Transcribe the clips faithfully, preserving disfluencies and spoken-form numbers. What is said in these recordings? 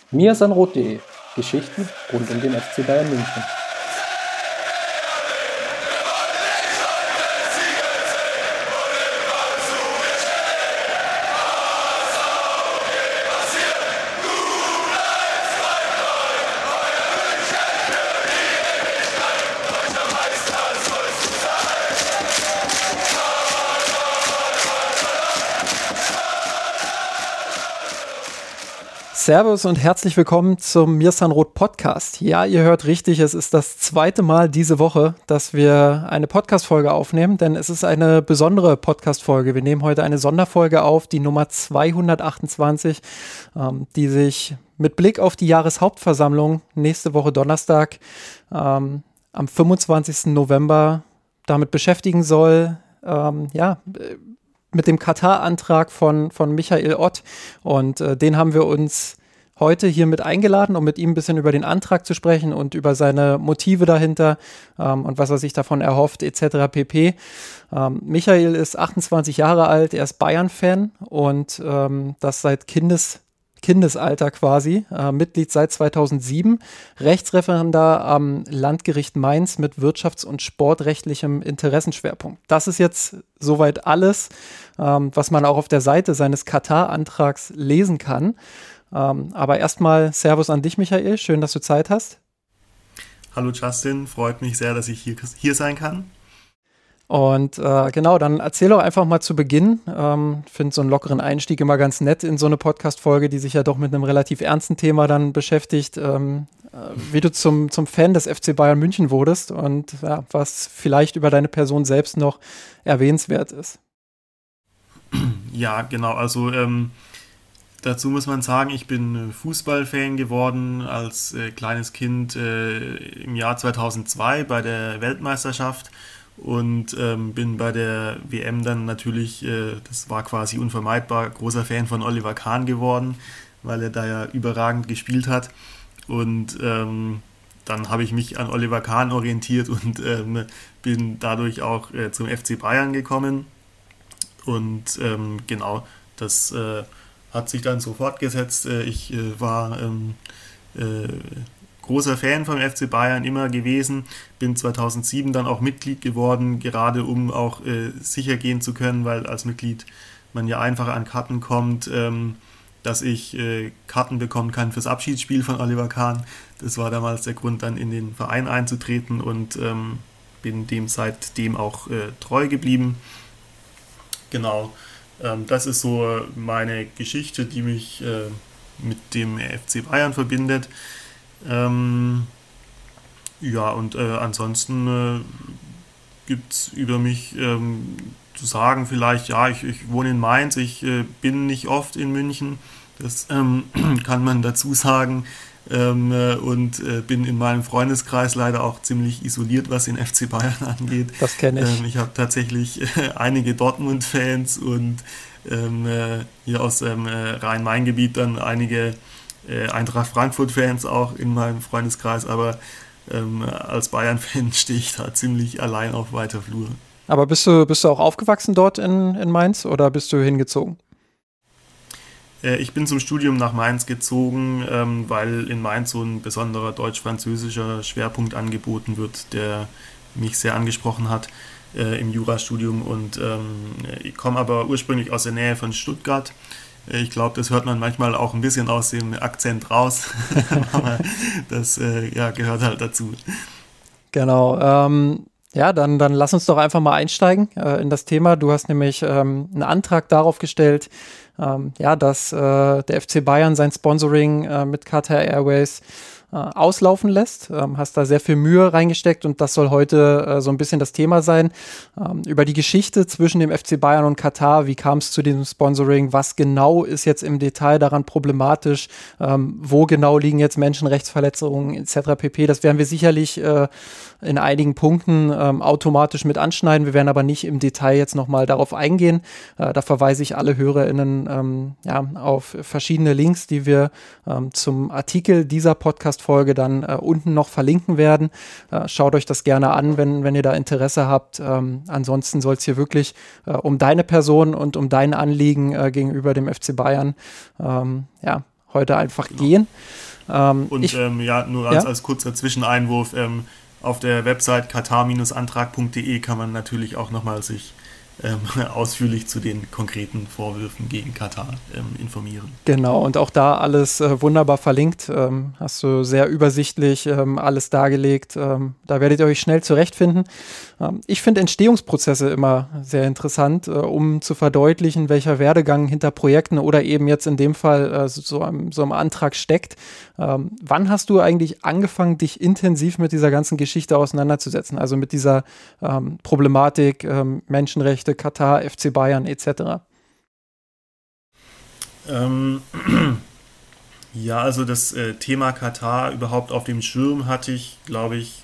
mirsanrot punkt de – Geschichten rund um den F C Bayern München. Servus und herzlich willkommen zum Mirsanrot Podcast. Ja, ihr hört richtig, es ist das zweite Mal diese Woche, dass wir eine Podcast-Folge aufnehmen, denn es ist eine besondere Podcast-Folge. Wir nehmen heute eine Sonderfolge auf, die Nummer zweihundertachtundzwanzig, ähm, die sich mit Blick auf die Jahreshauptversammlung nächste Woche Donnerstag ähm, am fünfundzwanzigsten November damit beschäftigen soll, ähm, ja, mit dem Katar-Antrag von, von Michael Ott. Und äh, den haben wir uns heute hier mit eingeladen, um mit ihm ein bisschen über den Antrag zu sprechen und über seine Motive dahinter ähm, und was er sich davon erhofft, et cetera pp. Ähm, Michael ist achtundzwanzig Jahre alt, er ist Bayern-Fan und ähm, das seit Kindes Kindesalter quasi, äh, Mitglied seit zweitausendsieben, Rechtsreferendar am Landgericht Mainz mit wirtschafts- und sportrechtlichem Interessenschwerpunkt. Das ist jetzt soweit alles, ähm, was man auch auf der Seite seines Katar-Antrags lesen kann. Ähm, aber erstmal Servus an dich, Michael, schön, dass du Zeit hast. Hallo Justin, freut mich sehr, dass ich hier, hier sein kann. Und äh, genau, dann erzähl doch einfach mal zu Beginn, ähm, finde so einen lockeren Einstieg immer ganz nett in so eine Podcast-Folge, die sich ja doch mit einem relativ ernsten Thema dann beschäftigt, ähm, äh, wie du zum, zum Fan des F C Bayern München wurdest und ja, was vielleicht über deine Person selbst noch erwähnenswert ist. Ja, genau, also ähm, dazu muss man sagen, ich bin Fußballfan geworden als äh, kleines Kind äh, im Jahr zweitausendzwei bei der Weltmeisterschaft. Und ähm, bin bei der W M dann natürlich, äh, das war quasi unvermeidbar, großer Fan von Oliver Kahn geworden, weil er da ja überragend gespielt hat. Und ähm, dann habe ich mich an Oliver Kahn orientiert und ähm, bin dadurch auch äh, zum F C Bayern gekommen. Und ähm, genau, das äh, hat sich dann so fortgesetzt. Äh, ich äh, war ähm, äh, großer Fan vom F C Bayern immer gewesen, bin zweitausendsieben dann auch Mitglied geworden, gerade um auch äh, sicher gehen zu können, weil als Mitglied man ja einfach an Karten kommt, ähm, dass ich äh, Karten bekommen kann fürs Abschiedsspiel von Oliver Kahn. Das war damals der Grund, dann in den Verein einzutreten und ähm, bin dem seitdem auch äh, treu geblieben. Genau, ähm, das ist so meine Geschichte, die mich äh, mit dem F C Bayern verbindet. Ähm, ja, und äh, ansonsten äh, gibt es über mich ähm, zu sagen vielleicht, ja, ich, ich wohne in Mainz, ich äh, bin nicht oft in München, das ähm, kann man dazu sagen, ähm, äh, und äh, bin in meinem Freundeskreis leider auch ziemlich isoliert, was den F C Bayern angeht. Das kenne ich. Ähm, ich habe tatsächlich äh, einige Dortmund-Fans und ähm, äh, hier aus dem äh, Rhein-Main-Gebiet dann einige Eintracht Frankfurt-Fans auch in meinem Freundeskreis, aber ähm, als Bayern-Fan stehe ich da ziemlich allein auf weiter Flur. Aber bist du, bist du auch aufgewachsen dort in, in Mainz oder bist du hingezogen? Äh, ich bin zum Studium nach Mainz gezogen, ähm, weil in Mainz so ein besonderer deutsch-französischer Schwerpunkt angeboten wird, der mich sehr angesprochen hat äh, im Jurastudium. Und ähm, ich komme aber ursprünglich aus der Nähe von Stuttgart. Ich glaube, das hört man manchmal auch ein bisschen aus dem Akzent raus, aber das äh, ja, gehört halt dazu. Genau, ähm, ja, dann, dann lass uns doch einfach mal einsteigen äh, in das Thema. Du hast nämlich ähm, einen Antrag darauf gestellt, ähm, ja, dass äh, der F C Bayern sein Sponsoring äh, mit Qatar Airways äh, auslaufen lässt. Ähm, hast da sehr viel Mühe reingesteckt und das soll heute äh, so ein bisschen das Thema sein. Ähm, über die Geschichte zwischen dem F C Bayern und Katar, wie kam es zu diesem Sponsoring, was genau ist jetzt im Detail daran problematisch, ähm, wo genau liegen jetzt Menschenrechtsverletzungen et cetera pp. Das werden wir sicherlich äh, in einigen Punkten ähm, automatisch mit anschneiden. Wir werden aber nicht im Detail jetzt nochmal darauf eingehen. Äh, da verweise ich alle HörerInnen ähm, ja, auf verschiedene Links, die wir ähm, zum Artikel dieser Podcast-Folge dann äh, unten noch verlinken werden. Äh, schaut euch das gerne an, wenn, wenn ihr da Interesse habt. Ähm, ansonsten soll es hier wirklich äh, um deine Person und um dein Anliegen äh, gegenüber dem F C Bayern ähm, ja, heute einfach genau. gehen. Ähm, Und ich, ähm, ja, nur als, ja? als kurzer Zwischeneinwurf, ähm, auf der Website katar antrag punkt de kann man natürlich auch nochmal sich ähm, ausführlich zu den konkreten Vorwürfen gegen Katar ähm, informieren. Genau, und auch da alles äh, wunderbar verlinkt. Ähm, hast du sehr übersichtlich ähm, alles dargelegt. Ähm, da werdet ihr euch schnell zurechtfinden. Ähm, ich finde Entstehungsprozesse immer sehr interessant, äh, um zu verdeutlichen, welcher Werdegang hinter Projekten oder eben jetzt in dem Fall äh, so, so, einem, so einem Antrag steckt. Ähm, wann hast du eigentlich angefangen, dich intensiv mit dieser ganzen Geschichte auseinanderzusetzen? Also mit dieser ähm, Problematik, ähm, Menschenrechte, Katar, F C Bayern et cetera? Ähm, ja, also das äh, Thema Katar überhaupt auf dem Schirm hatte ich, glaube ich,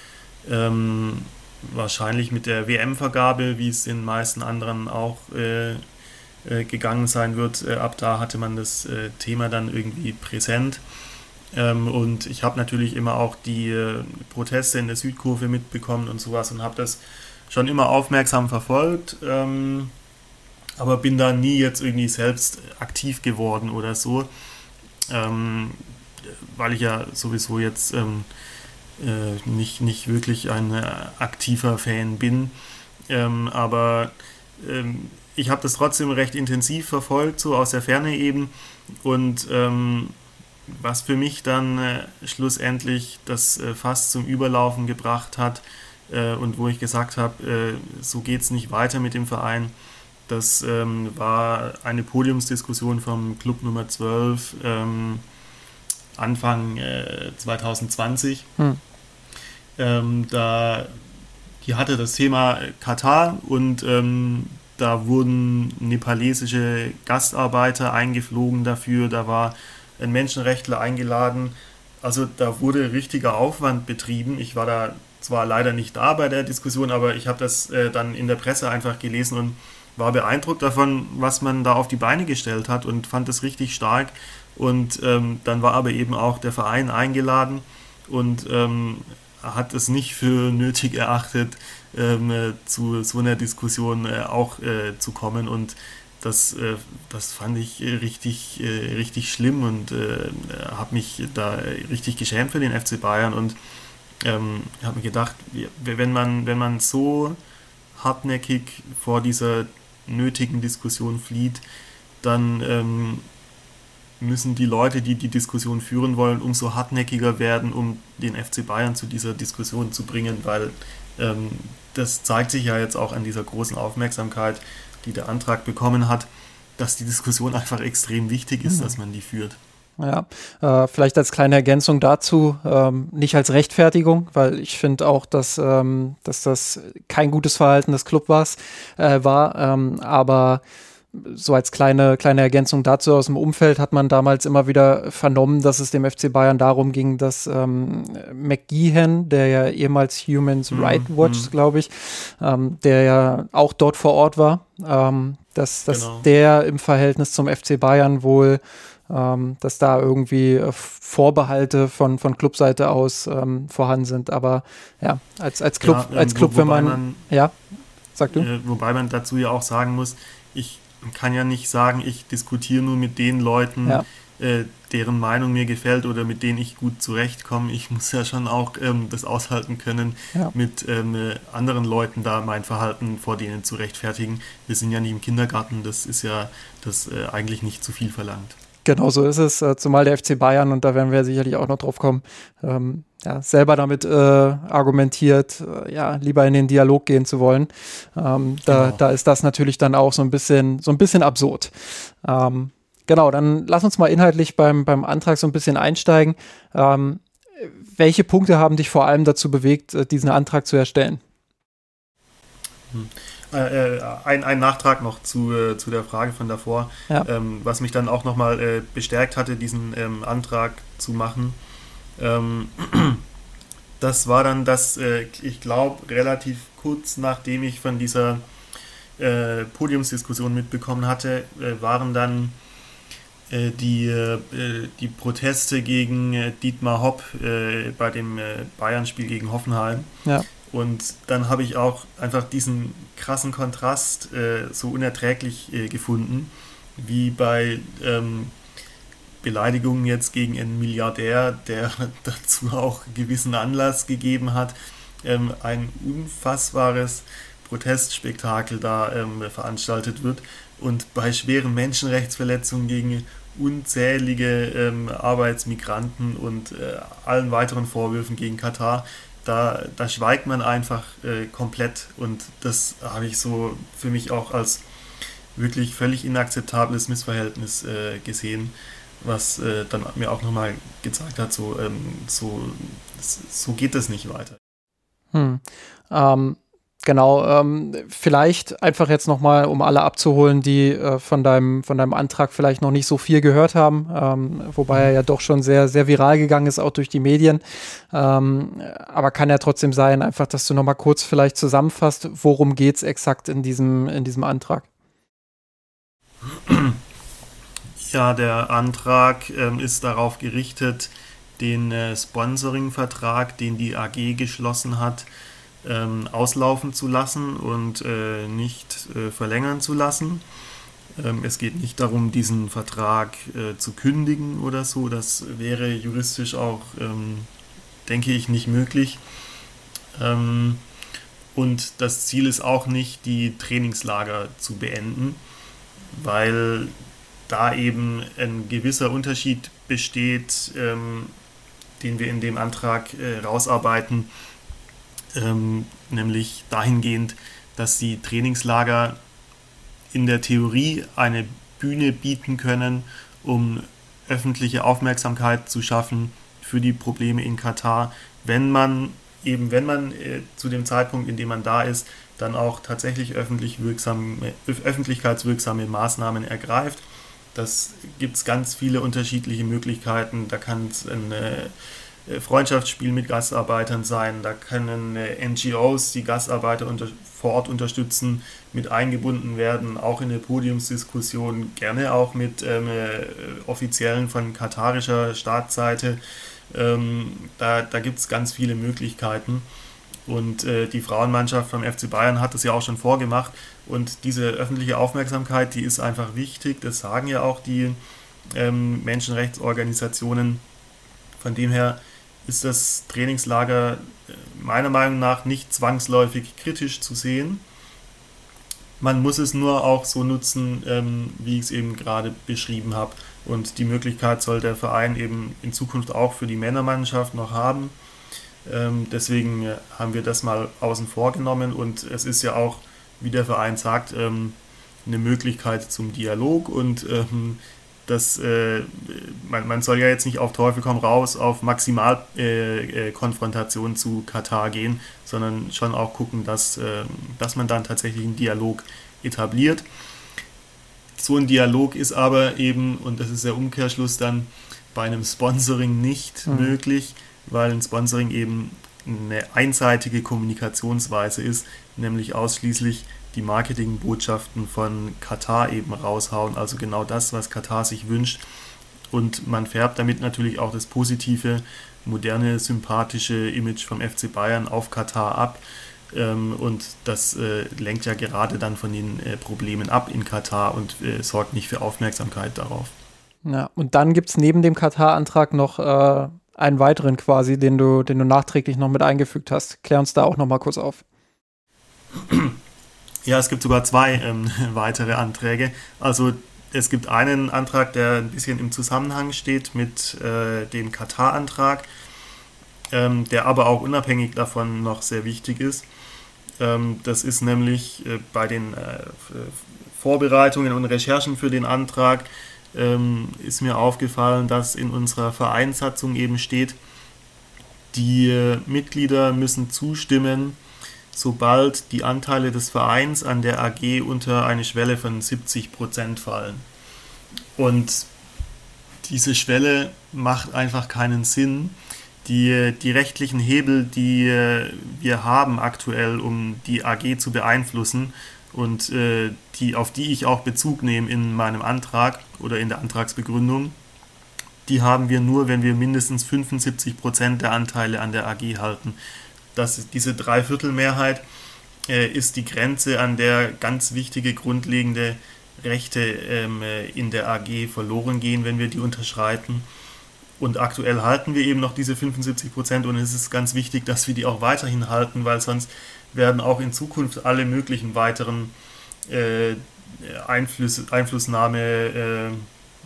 ähm, wahrscheinlich mit der W M-Vergabe, wie es den meisten anderen auch äh, äh, gegangen sein wird. Äh, ab da hatte man das äh, Thema dann irgendwie präsent. Ähm, und ich habe natürlich immer auch die äh, Proteste in der Südkurve mitbekommen und sowas und habe das schon immer aufmerksam verfolgt. Ähm, aber bin da nie jetzt irgendwie selbst aktiv geworden oder so, ähm, weil ich ja sowieso jetzt ähm, äh, nicht, nicht wirklich ein äh, aktiver Fan bin. Ähm, aber ähm, ich habe das trotzdem recht intensiv verfolgt, so aus der Ferne eben. Und ähm, was für mich dann äh, schlussendlich das äh, Fass zum Überlaufen gebracht hat äh, und wo ich gesagt habe, äh, so geht es nicht weiter mit dem Verein. Das ähm, war eine Podiumsdiskussion vom Club Nummer zwölf ähm, Anfang äh, zwanzig zwanzig. Hm. Ähm, da, die hatte das Thema Katar und ähm, da wurden nepalesische Gastarbeiter eingeflogen dafür, da war ein Menschenrechtler eingeladen. Also da wurde richtiger Aufwand betrieben. Ich war da zwar leider nicht da bei der Diskussion, aber ich habe das äh, dann in der Presse einfach gelesen und war beeindruckt davon, was man da auf die Beine gestellt hat und fand es richtig stark. Und ähm, dann war aber eben auch der Verein eingeladen und ähm, hat es nicht für nötig erachtet, ähm, äh, zu so einer Diskussion äh, auch äh, zu kommen. Und das, äh, das fand ich richtig, äh, richtig schlimm und äh, habe mich da richtig geschämt für den F C Bayern und ähm, habe mir gedacht, wenn man, wenn man so hartnäckig vor dieser nötigen Diskussion flieht, dann ähm, müssen die Leute, die die Diskussion führen wollen, umso hartnäckiger werden, um den F C Bayern zu dieser Diskussion zu bringen, weil ähm, das zeigt sich ja jetzt auch an dieser großen Aufmerksamkeit, die der Antrag bekommen hat, dass die Diskussion einfach extrem wichtig ist, mhm. dass man die führt. Ja, äh, vielleicht als kleine Ergänzung dazu, ähm, nicht als Rechtfertigung, weil ich finde auch, dass, ähm, dass das kein gutes Verhalten des Clubs äh, war, ähm, aber so als kleine, kleine Ergänzung dazu aus dem Umfeld hat man damals immer wieder vernommen, dass es dem F C Bayern darum ging, dass ähm, McGeehan, der ja ehemals Human Rights Watch, mhm. glaube ich, ähm, der ja auch dort vor Ort war, ähm, dass, dass genau. der im Verhältnis zum F C Bayern wohl Ähm, dass da irgendwie äh, Vorbehalte von, von Clubseite aus ähm, vorhanden sind. Aber ja, als, als Club, ja, ähm, als Club, wo, wenn man, man ja, sag du. Äh, wobei man dazu ja auch sagen muss, ich kann ja nicht sagen, ich diskutiere nur mit den Leuten, ja. äh, deren Meinung mir gefällt oder mit denen ich gut zurechtkomme. Ich muss ja schon auch ähm, das aushalten können, ja. mit ähm, anderen Leuten da mein Verhalten vor denen zu rechtfertigen. Wir sind ja nicht im Kindergarten, das ist ja das äh, eigentlich nicht zu viel verlangt. Genau so ist es, äh, zumal der F C Bayern, und da werden wir sicherlich auch noch drauf kommen, ähm, ja, selber damit äh, argumentiert, äh, ja, lieber in den Dialog gehen zu wollen. Ähm, da, genau. da ist das natürlich dann auch so ein bisschen, so ein bisschen absurd. Ähm, genau, dann lass uns mal inhaltlich beim, beim Antrag so ein bisschen einsteigen. Ähm, welche Punkte haben dich vor allem dazu bewegt, äh, diesen Antrag zu erstellen? Hm. Äh, ein, ein Nachtrag noch zu, äh, zu der Frage von davor, ja. ähm, was mich dann auch nochmal äh, bestärkt hatte, diesen ähm, Antrag zu machen. Ähm, das war dann das, äh, ich glaube, relativ kurz nachdem ich von dieser äh, Podiumsdiskussion mitbekommen hatte, äh, waren dann äh, die, äh, die Proteste gegen äh, Dietmar Hopp äh, bei dem äh, Bayern-Spiel gegen Hoffenheim. Ja. Und dann habe ich auch einfach diesen krassen Kontrast äh, so unerträglich äh, gefunden, wie bei ähm, Beleidigungen jetzt gegen einen Milliardär, der dazu auch gewissen Anlass gegeben hat, ähm, ein unfassbares Protestspektakel da ähm, veranstaltet wird und bei schweren Menschenrechtsverletzungen gegen unzählige ähm, Arbeitsmigranten und äh, allen weiteren Vorwürfen gegen Katar, da, da schweigt man einfach äh, komplett und das habe ich so für mich auch als wirklich völlig inakzeptables Missverhältnis äh, gesehen, was äh, dann mir auch nochmal gezeigt hat, so, ähm, so, so geht das nicht weiter. Hm. Ähm, genau, ähm, vielleicht einfach jetzt nochmal, um alle abzuholen, die äh, von deinem, von deinem Antrag vielleicht noch nicht so viel gehört haben, ähm, wobei er ja doch schon sehr, sehr viral gegangen ist, auch durch die Medien. Ähm, aber kann ja trotzdem sein, einfach, dass du nochmal kurz vielleicht zusammenfasst, worum geht es exakt in diesem, in diesem Antrag? Ja, der Antrag ähm, ist darauf gerichtet, den äh, Sponsoring-Vertrag, den die A G geschlossen hat, ähm, auslaufen zu lassen und äh, nicht äh, verlängern zu lassen. Ähm, es geht nicht darum, diesen Vertrag äh, zu kündigen oder so. Das wäre juristisch auch, ähm, denke ich, nicht möglich. Ähm, und das Ziel ist auch nicht, die Trainingslager zu beenden, weil da eben ein gewisser Unterschied besteht, ähm, den wir in dem Antrag äh, rausarbeiten, ähm, nämlich dahingehend, dass die Trainingslager in der Theorie eine Bühne bieten können, um öffentliche Aufmerksamkeit zu schaffen für die Probleme in Katar, wenn man eben, wenn man äh, zu dem Zeitpunkt, in dem man da ist, dann auch tatsächlich öffentlich wirksame, öffentlichkeitswirksame Maßnahmen ergreift. Das gibt es ganz viele unterschiedliche Möglichkeiten. Da kann es ein äh, Freundschaftsspiel mit Gastarbeitern sein, da können äh, N G Os, die Gastarbeiter unter, vor Ort unterstützen, mit eingebunden werden, auch in der Podiumsdiskussion, gerne auch mit ähm, äh, Offiziellen von katarischer Staatsseite. Ähm, da da gibt es ganz viele Möglichkeiten. Und äh, die Frauenmannschaft vom F C Bayern hat das ja auch schon vorgemacht. Und diese öffentliche Aufmerksamkeit, die ist einfach wichtig. Das sagen ja auch die ähm, Menschenrechtsorganisationen. Von dem her ist das Trainingslager meiner Meinung nach nicht zwangsläufig kritisch zu sehen. Man muss es nur auch so nutzen, ähm, wie ich es eben gerade beschrieben habe. Und die Möglichkeit soll der Verein eben in Zukunft auch für die Männermannschaft noch haben. Ähm, deswegen haben wir das mal außen vor genommen und es ist ja auch, wie der Verein sagt, ähm, eine Möglichkeit zum Dialog und ähm, das, äh, man, man soll ja jetzt nicht auf Teufel komm raus auf Maximalkonfrontation äh, äh, zu Katar gehen, sondern schon auch gucken, dass, äh, dass man dann tatsächlich einen Dialog etabliert. So ein Dialog ist aber eben, und das ist der Umkehrschluss dann, bei einem Sponsoring nicht mhm. möglich, weil ein Sponsoring eben eine einseitige Kommunikationsweise ist, nämlich ausschließlich die Marketingbotschaften von Katar eben raushauen, also genau das, was Katar sich wünscht. Und man färbt damit natürlich auch das positive, moderne, sympathische Image vom F C Bayern auf Katar ab. Und das lenkt ja gerade dann von den Problemen ab in Katar und sorgt nicht für Aufmerksamkeit darauf. Ja, und dann gibt es neben dem Katar-Antrag noch äh einen weiteren quasi, den du, den du nachträglich noch mit eingefügt hast. Klär uns da auch noch mal kurz auf. Ja, es gibt sogar zwei ähm, weitere Anträge. Also es gibt einen Antrag, der ein bisschen im Zusammenhang steht mit äh, dem Katar-Antrag, ähm, der aber auch unabhängig davon noch sehr wichtig ist. Ähm, das ist nämlich äh, bei den äh, Vorbereitungen und Recherchen für den Antrag Ähm, ist mir aufgefallen, dass in unserer Vereinssatzung eben steht, die äh, Mitglieder müssen zustimmen, sobald die Anteile des Vereins an der A G unter eine Schwelle von siebzig Prozent fallen. Und diese Schwelle macht einfach keinen Sinn. Die, die rechtlichen Hebel, die äh, wir haben aktuell, um die A G zu beeinflussen, und äh, die, auf die ich auch Bezug nehme in meinem Antrag oder in der Antragsbegründung, die haben wir nur, wenn wir mindestens fünfundsiebzig Prozent der Anteile an der A G halten. Das, diese Dreiviertelmehrheit äh, ist die Grenze, an der ganz wichtige, grundlegende Rechte ähm, in der A G verloren gehen, wenn wir die unterschreiten. Und aktuell halten wir eben noch diese fünfundsiebzig Prozent und es ist ganz wichtig, dass wir die auch weiterhin halten, weil sonst werden auch in Zukunft alle möglichen weiteren äh, Einfluss, Einflussnahme, äh, äh,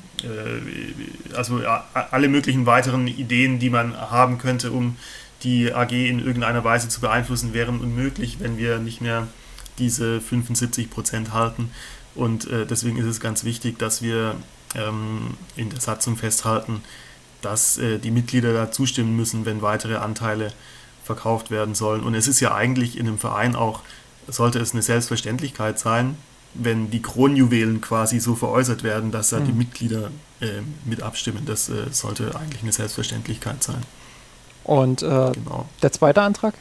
also äh, alle möglichen weiteren Ideen, die man haben könnte, um die A G in irgendeiner Weise zu beeinflussen, wären unmöglich, wenn wir nicht mehr diese fünfundsiebzig Prozent halten. Und äh, deswegen ist es ganz wichtig, dass wir ähm, in der Satzung festhalten, dass äh, die Mitglieder da zustimmen müssen, wenn weitere Anteile verkauft werden sollen. Und es ist ja eigentlich in einem Verein auch, sollte es eine Selbstverständlichkeit sein, wenn die Kronjuwelen quasi so veräußert werden, dass da mhm. die Mitglieder äh, mit abstimmen. Das äh, sollte eigentlich eine Selbstverständlichkeit sein. Und äh, genau. Der zweite Antrag?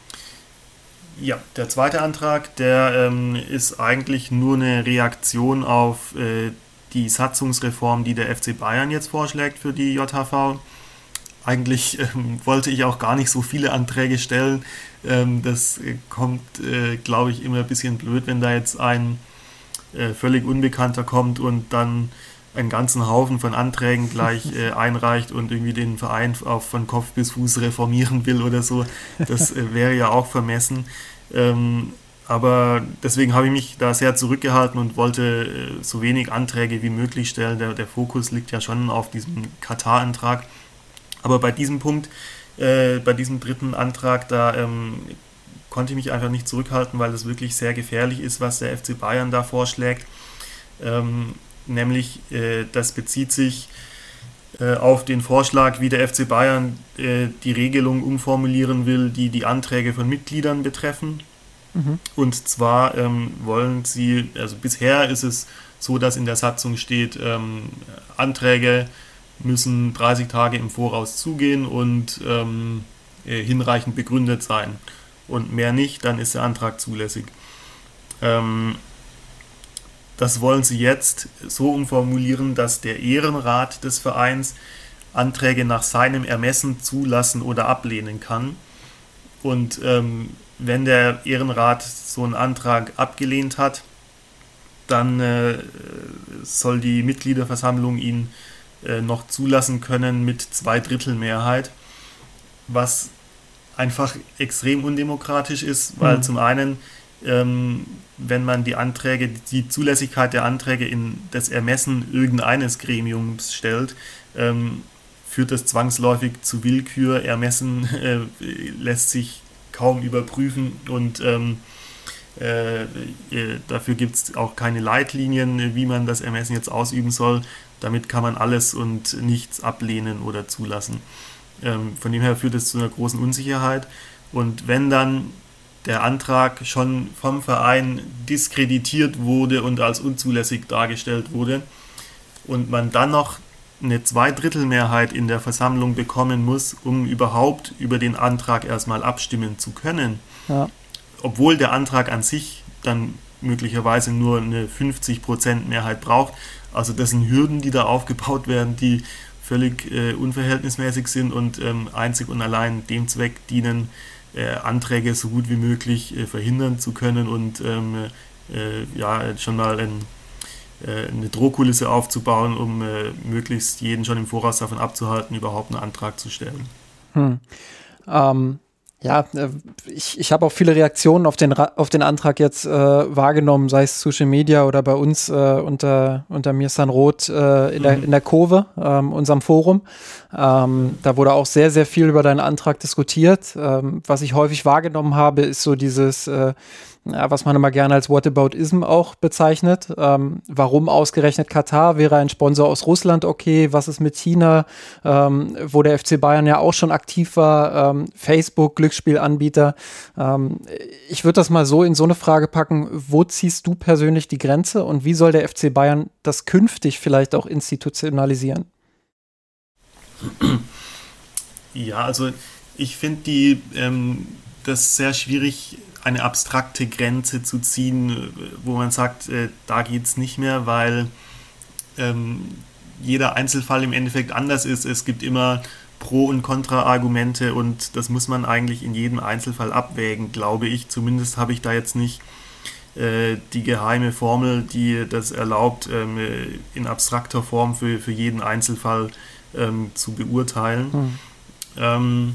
Ja, der zweite Antrag, der ähm, ist eigentlich nur eine Reaktion auf äh, die Satzungsreform, die der F C Bayern jetzt vorschlägt für die J H V. Eigentlich ähm, wollte ich auch gar nicht so viele Anträge stellen. Ähm, das kommt, äh, glaube ich, immer ein bisschen blöd, wenn da jetzt ein äh, völlig Unbekannter kommt und dann einen ganzen Haufen von Anträgen gleich äh, einreicht und irgendwie den Verein auch von Kopf bis Fuß reformieren will oder so. Das äh, wäre ja auch vermessen. Ähm, Aber deswegen habe ich mich da sehr zurückgehalten und wollte äh, so wenig Anträge wie möglich stellen. Der, der Fokus liegt ja schon auf diesem Katar-Antrag. Aber bei diesem Punkt, äh, bei diesem dritten Antrag, da ähm, konnte ich mich einfach nicht zurückhalten, weil es wirklich sehr gefährlich ist, was der F C Bayern da vorschlägt. Ähm, nämlich, äh, das bezieht sich äh, auf den Vorschlag, wie der F C Bayern äh, die Regelung umformulieren will, die die Anträge von Mitgliedern betreffen. Mhm. Und zwar ähm, wollen sie, also bisher ist es so, dass in der Satzung steht, ähm, Anträge müssen dreißig Tage im Voraus zugehen und ähm, äh, hinreichend begründet sein. Und mehr nicht, dann ist der Antrag zulässig. Ähm, das wollen sie jetzt so umformulieren, dass der Ehrenrat des Vereins Anträge nach seinem Ermessen zulassen oder ablehnen kann. Und ähm, wenn der Ehrenrat so einen Antrag abgelehnt hat, dann äh, soll die Mitgliederversammlung ihn äh, noch zulassen können mit Zweidrittelmehrheit, was einfach extrem undemokratisch ist, weil mhm. zum einen, ähm, wenn man die Anträge, die Zulässigkeit der Anträge in das Ermessen irgendeines Gremiums stellt, ähm, führt das zwangsläufig zu Willkür. Ermessen äh, lässt sich kaum überprüfen und ähm, äh, dafür gibt es auch keine Leitlinien, wie man das Ermessen jetzt ausüben soll. Damit kann man alles und nichts ablehnen oder zulassen. Ähm, von dem her führt es zu einer großen Unsicherheit. Und wenn dann der Antrag schon vom Verein diskreditiert wurde und als unzulässig dargestellt wurde und man dann noch eine Zweidrittelmehrheit in der Versammlung bekommen muss, um überhaupt über den Antrag erstmal abstimmen zu können, ja. obwohl der Antrag an sich dann möglicherweise nur eine fünfzig Prozent Mehrheit braucht. Also das sind Hürden, die da aufgebaut werden, die völlig äh, unverhältnismäßig sind und ähm, einzig und allein dem Zweck dienen, äh, Anträge so gut wie möglich äh, verhindern zu können und ähm, äh, ja, schon mal ein eine Drohkulisse aufzubauen, um äh, möglichst jeden schon im Voraus davon abzuhalten, überhaupt einen Antrag zu stellen. Hm. Ähm, ja, äh, ich, ich habe auch viele Reaktionen auf den, Ra- auf den Antrag jetzt äh, wahrgenommen, sei es Social Media oder bei uns äh, unter, unter Mirsan Roth äh, in, mhm. der, in der Kurve, ähm, unserem Forum. Ähm, da wurde auch sehr, sehr viel über deinen Antrag diskutiert. Ähm, was ich häufig wahrgenommen habe, ist so dieses äh, Ja, was man immer gerne als Whataboutism auch bezeichnet. Ähm, warum ausgerechnet Katar? Wäre ein Sponsor aus Russland okay? Was ist mit China, ähm, wo der F C Bayern ja auch schon aktiv war? Ähm, Facebook, Glücksspielanbieter. Ähm, ich würde das mal so in so eine Frage packen. Wo ziehst du persönlich die Grenze und wie soll der F C Bayern das künftig vielleicht auch institutionalisieren? Ja, also ich finde die ähm, das sehr schwierig, eine abstrakte Grenze zu ziehen, wo man sagt, äh, da geht es nicht mehr, weil ähm, jeder Einzelfall im Endeffekt anders ist. Es gibt immer Pro- und Kontra-Argumente und das muss man eigentlich in jedem Einzelfall abwägen, glaube ich. Zumindest habe ich da jetzt nicht äh, die geheime Formel, die das erlaubt, ähm, in abstrakter Form für, für jeden Einzelfall ähm, zu beurteilen. Hm. Ähm,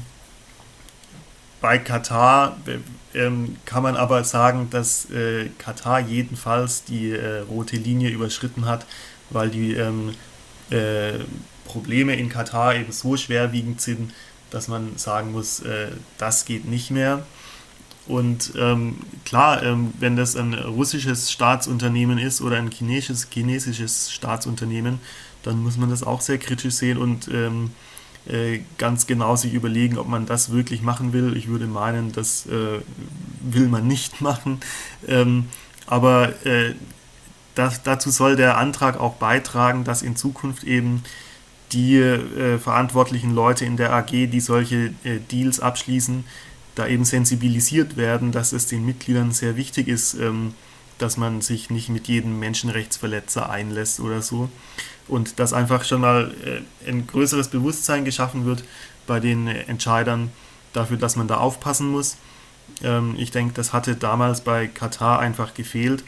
bei Katar ähm, kann man aber sagen, dass äh, Katar jedenfalls die äh, rote Linie überschritten hat, weil die ähm, äh, Probleme in Katar eben so schwerwiegend sind, dass man sagen muss, äh, das geht nicht mehr. Und ähm, klar, ähm, wenn das ein russisches Staatsunternehmen ist oder ein chinesisches, chinesisches Staatsunternehmen, dann muss man das auch sehr kritisch sehen und ähm, äh, ganz genau sich überlegen, ob man das wirklich machen will. Ich würde meinen, das äh, will man nicht machen. Ähm, aber äh, das, dazu soll der Antrag auch beitragen, dass in Zukunft eben die äh, verantwortlichen Leute in der A G, die solche äh, Deals abschließen, da eben sensibilisiert werden, dass es den Mitgliedern sehr wichtig ist, ähm, dass man sich nicht mit jedem Menschenrechtsverletzer einlässt oder so. Und dass einfach schon mal äh, ein größeres Bewusstsein geschaffen wird bei den äh, Entscheidern dafür, dass man da aufpassen muss. Ähm, ich denke, das hatte damals bei Katar einfach gefehlt.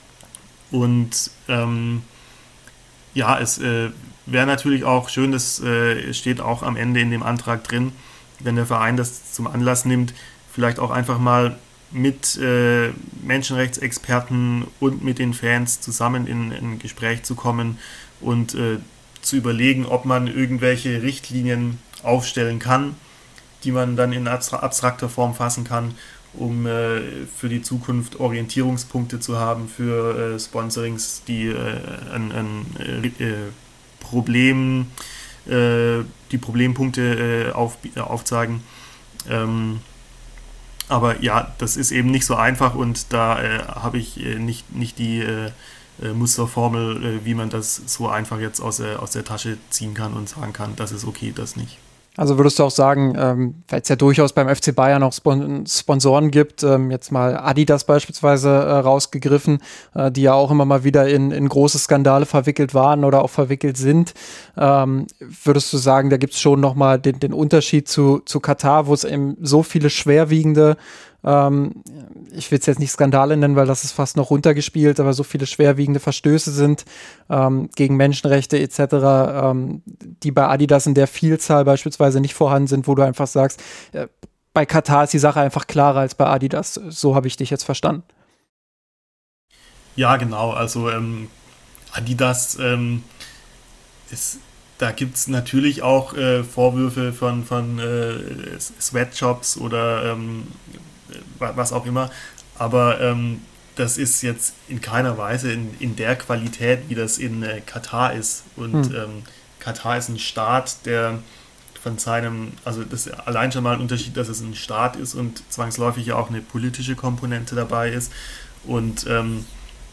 Und ähm, ja, es äh, wäre natürlich auch schön, das äh, steht auch am Ende in dem Antrag drin, wenn der Verein das zum Anlass nimmt, vielleicht auch einfach mal mit äh, Menschenrechtsexperten und mit den Fans zusammen in ein Gespräch zu kommen und äh, zu überlegen, ob man irgendwelche Richtlinien aufstellen kann, die man dann in abstrakter Form fassen kann, um äh, für die Zukunft Orientierungspunkte zu haben für äh, Sponsorings, die äh, ein, ein äh, Problem, äh, die Problempunkte äh, auf, äh, aufzeigen. Ähm, aber ja, das ist eben nicht so einfach und da äh, habe ich äh, nicht, nicht die äh, Musterformel, äh, wie man das so einfach jetzt aus, äh, aus der Tasche ziehen kann und sagen kann, das ist okay, das nicht. Also würdest du auch sagen, ähm, weil es ja durchaus beim F C Bayern auch Spon- Sponsoren gibt, ähm, jetzt mal Adidas beispielsweise äh, rausgegriffen, äh, die ja auch immer mal wieder in, in große Skandale verwickelt waren oder auch verwickelt sind. Ähm, würdest du sagen, da gibt es schon nochmal den, den Unterschied zu, zu Katar, wo es eben so viele schwerwiegende, ähm, ich will es jetzt nicht Skandale nennen, weil das ist fast noch runtergespielt, aber so viele schwerwiegende Verstöße sind ähm, gegen Menschenrechte et cetera, ähm, die bei Adidas in der Vielzahl beispielsweise nicht vorhanden sind, wo du einfach sagst, äh, bei Katar ist die Sache einfach klarer als bei Adidas. So habe ich dich jetzt verstanden. Ja, genau. Also ähm, Adidas ähm, ist da gibt es natürlich auch äh, Vorwürfe von, von äh, Sweatshops oder ähm, was auch immer, aber ähm, das ist jetzt in keiner Weise in, in der Qualität, wie das in äh, Katar ist. Und hm. ähm, Katar ist ein Staat, der von seinem, also das ist allein schon mal ein Unterschied, dass es ein Staat ist und zwangsläufig ja auch eine politische Komponente dabei ist. Und ähm,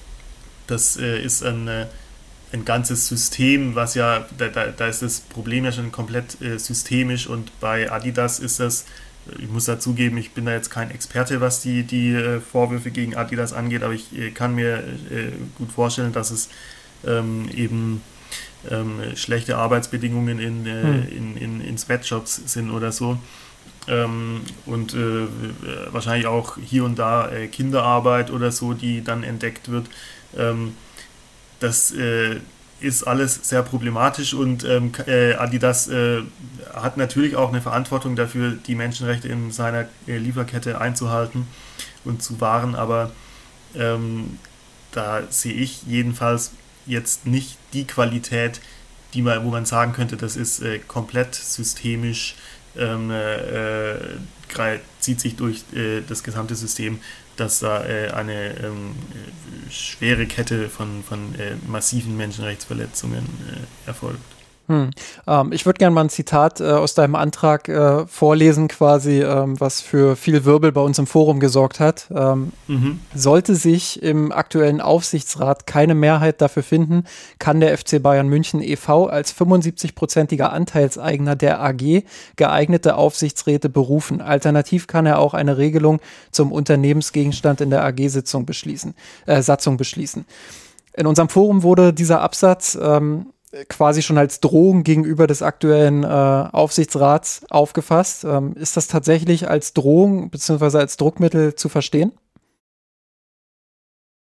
das äh, ist ein äh, ein ganzes System, was ja, da, da, da ist das Problem ja schon komplett äh, systemisch und bei Adidas ist das, ich muss dazugeben, ich bin da jetzt kein Experte, was die, die äh, Vorwürfe gegen Adidas angeht, aber ich äh, kann mir äh, gut vorstellen, dass es ähm, eben ähm, schlechte Arbeitsbedingungen in, äh, hm. in, in, in Sweatshops sind oder so. Ähm, und äh, wahrscheinlich auch hier und da äh, Kinderarbeit oder so, die dann entdeckt wird. Ähm, Das äh, ist alles sehr problematisch und ähm, äh, Adidas äh, hat natürlich auch eine Verantwortung dafür, die Menschenrechte in seiner äh, Lieferkette einzuhalten und zu wahren, aber ähm, da sehe ich jedenfalls jetzt nicht die Qualität, die man, wo man sagen könnte, das ist äh, komplett systemisch, ähm, äh, zieht sich durch äh, das gesamte System, dass da äh, eine ähm, schwere Kette von, von äh, massiven Menschenrechtsverletzungen äh, erfolgt. Hm. Ähm, ich würde gerne mal ein Zitat äh, aus deinem Antrag äh, vorlesen, quasi, ähm, was für viel Wirbel bei uns im Forum gesorgt hat. Ähm, mhm. Sollte sich im aktuellen Aufsichtsrat keine Mehrheit dafür finden, kann der F C Bayern München e V als fünfundsiebzig-prozentiger Anteilseigner der A G geeignete Aufsichtsräte berufen. Alternativ kann er auch eine Regelung zum Unternehmensgegenstand in der A G-Sitzung beschließen, äh, Satzung beschließen. In unserem Forum wurde dieser Absatz ähm, quasi schon als Drohung gegenüber des aktuellen äh, Aufsichtsrats aufgefasst. Ähm, ist das tatsächlich als Drohung bzw. als Druckmittel zu verstehen?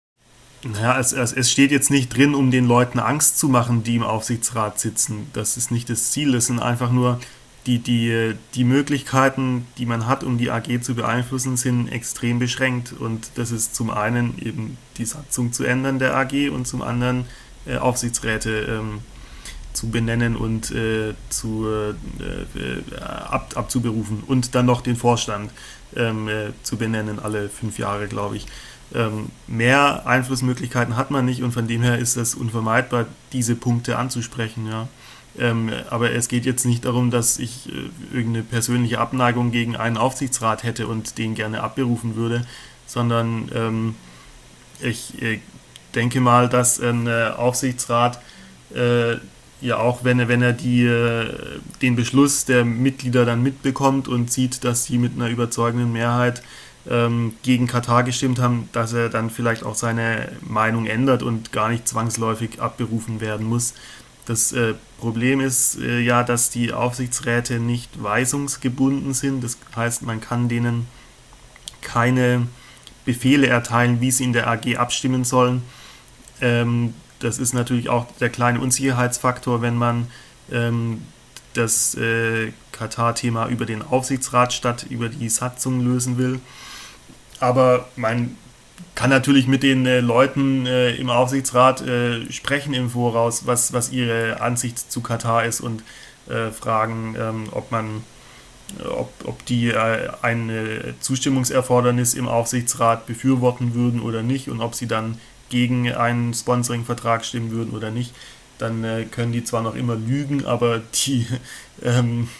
Naja, es, es, es steht jetzt nicht drin, um den Leuten Angst zu machen, die im Aufsichtsrat sitzen. Das ist nicht das Ziel. Es sind einfach nur die, die, die Möglichkeiten, die man hat, um die A G zu beeinflussen, sind extrem beschränkt. Und das ist zum einen eben die Satzung zu ändern der A G und zum anderen äh, Aufsichtsräte ähm, zu benennen und äh, zu, äh, ab, abzuberufen und dann noch den Vorstand ähm, äh, zu benennen, alle fünf Jahre, glaube ich. Ähm, mehr Einflussmöglichkeiten hat man nicht und von dem her ist es unvermeidbar, diese Punkte anzusprechen. Ja. Ähm, aber es geht jetzt nicht darum, dass ich äh, irgendeine persönliche Abneigung gegen einen Aufsichtsrat hätte und den gerne abberufen würde, sondern ähm, ich äh, denke mal, dass ein äh, Aufsichtsrat äh, ja auch, wenn er, wenn er die, äh, den Beschluss der Mitglieder dann mitbekommt und sieht, dass sie mit einer überzeugenden Mehrheit ähm, gegen Katar gestimmt haben, dass er dann vielleicht auch seine Meinung ändert und gar nicht zwangsläufig abberufen werden muss. Das äh, Problem ist äh, ja, dass die Aufsichtsräte nicht weisungsgebunden sind. Das heißt, man kann denen keine Befehle erteilen, wie sie in der A G abstimmen sollen. Ähm, das ist natürlich auch der kleine Unsicherheitsfaktor, wenn man ähm, das äh, Katar-Thema über den Aufsichtsrat statt über die Satzung lösen will. Aber man kann natürlich mit den äh, Leuten äh, im Aufsichtsrat äh, sprechen im Voraus, was, was ihre Ansicht zu Katar ist und äh, fragen, ähm, ob man Ob, ob die äh, ein äh, Zustimmungserfordernis im Aufsichtsrat befürworten würden oder nicht und ob sie dann gegen einen Sponsoring-Vertrag stimmen würden oder nicht, dann äh, können die zwar noch immer lügen, aber die, ähm,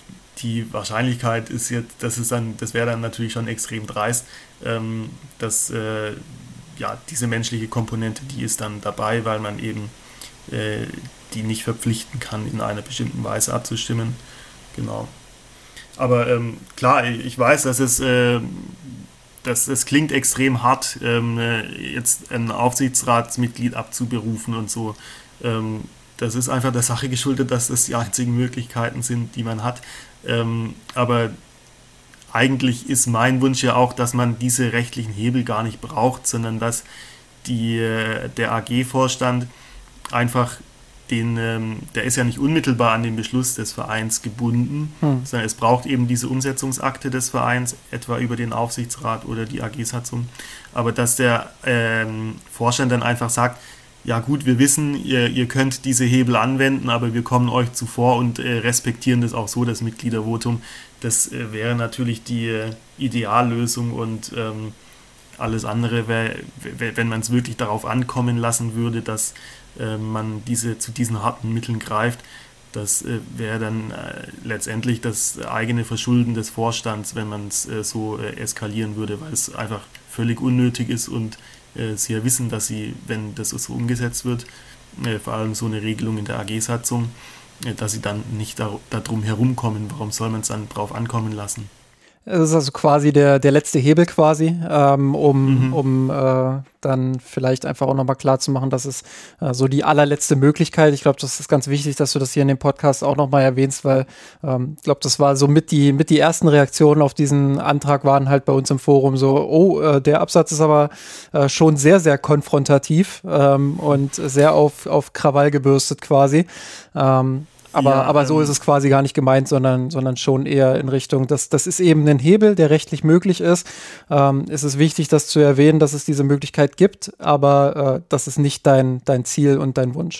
die Wahrscheinlichkeit ist jetzt, das ist dann, das wäre dann natürlich schon extrem dreist, ähm, dass äh, ja, diese menschliche Komponente, die ist dann dabei, weil man eben äh, die nicht verpflichten kann, in einer bestimmten Weise abzustimmen. Genau. Aber ähm, klar, ich weiß, dass es, äh, dass es klingt extrem hart, ähm, jetzt ein Aufsichtsratsmitglied abzuberufen und so. Ähm, das ist einfach der Sache geschuldet, dass das die einzigen Möglichkeiten sind, die man hat. Ähm, aber eigentlich ist mein Wunsch ja auch, dass man diese rechtlichen Hebel gar nicht braucht, sondern dass die, der A G-Vorstand einfach Den, ähm, der ist ja nicht unmittelbar an den Beschluss des Vereins gebunden, hm. sondern es braucht eben diese Umsetzungsakte des Vereins, etwa über den Aufsichtsrat oder die A G-Satzung. Aber dass der ähm, Vorstand dann einfach sagt, ja gut, wir wissen, ihr, ihr könnt diese Hebel anwenden, aber wir kommen euch zuvor und äh, respektieren das auch so, das Mitgliedervotum. Das äh, wäre natürlich die äh, Ideallösung und ähm, alles andere wäre, wenn man es wirklich darauf ankommen lassen würde, dass man diese, zu diesen harten Mitteln greift, das äh, wäre dann äh, letztendlich das eigene Verschulden des Vorstands, wenn man es äh, so äh, eskalieren würde, weil es einfach völlig unnötig ist und äh, sie ja wissen, dass sie, wenn das so umgesetzt wird, äh, vor allem so eine Regelung in der A G-Satzung, äh, dass sie dann nicht da, darum herumkommen. Warum soll man es dann drauf ankommen lassen? Das ist also quasi der, der letzte Hebel quasi, ähm, um, Mhm. um äh, dann vielleicht einfach auch nochmal klar zu machen, dass es äh, so die allerletzte Möglichkeit, ich glaube, das ist ganz wichtig, dass du das hier in dem Podcast auch nochmal erwähnst, weil ähm, ich glaube, das war so mit die, mit die ersten Reaktionen auf diesen Antrag waren halt bei uns im Forum so, oh, äh, der Absatz ist aber äh, schon sehr, sehr konfrontativ ähm, und sehr auf, auf Krawall gebürstet quasi. Ähm, Aber, Ja, aber so ähm, ist es quasi gar nicht gemeint, sondern, sondern schon eher in Richtung, das, das ist eben ein Hebel, der rechtlich möglich ist. Ähm, es ist wichtig, das zu erwähnen, dass es diese Möglichkeit gibt, aber äh, das ist nicht dein, dein Ziel und dein Wunsch.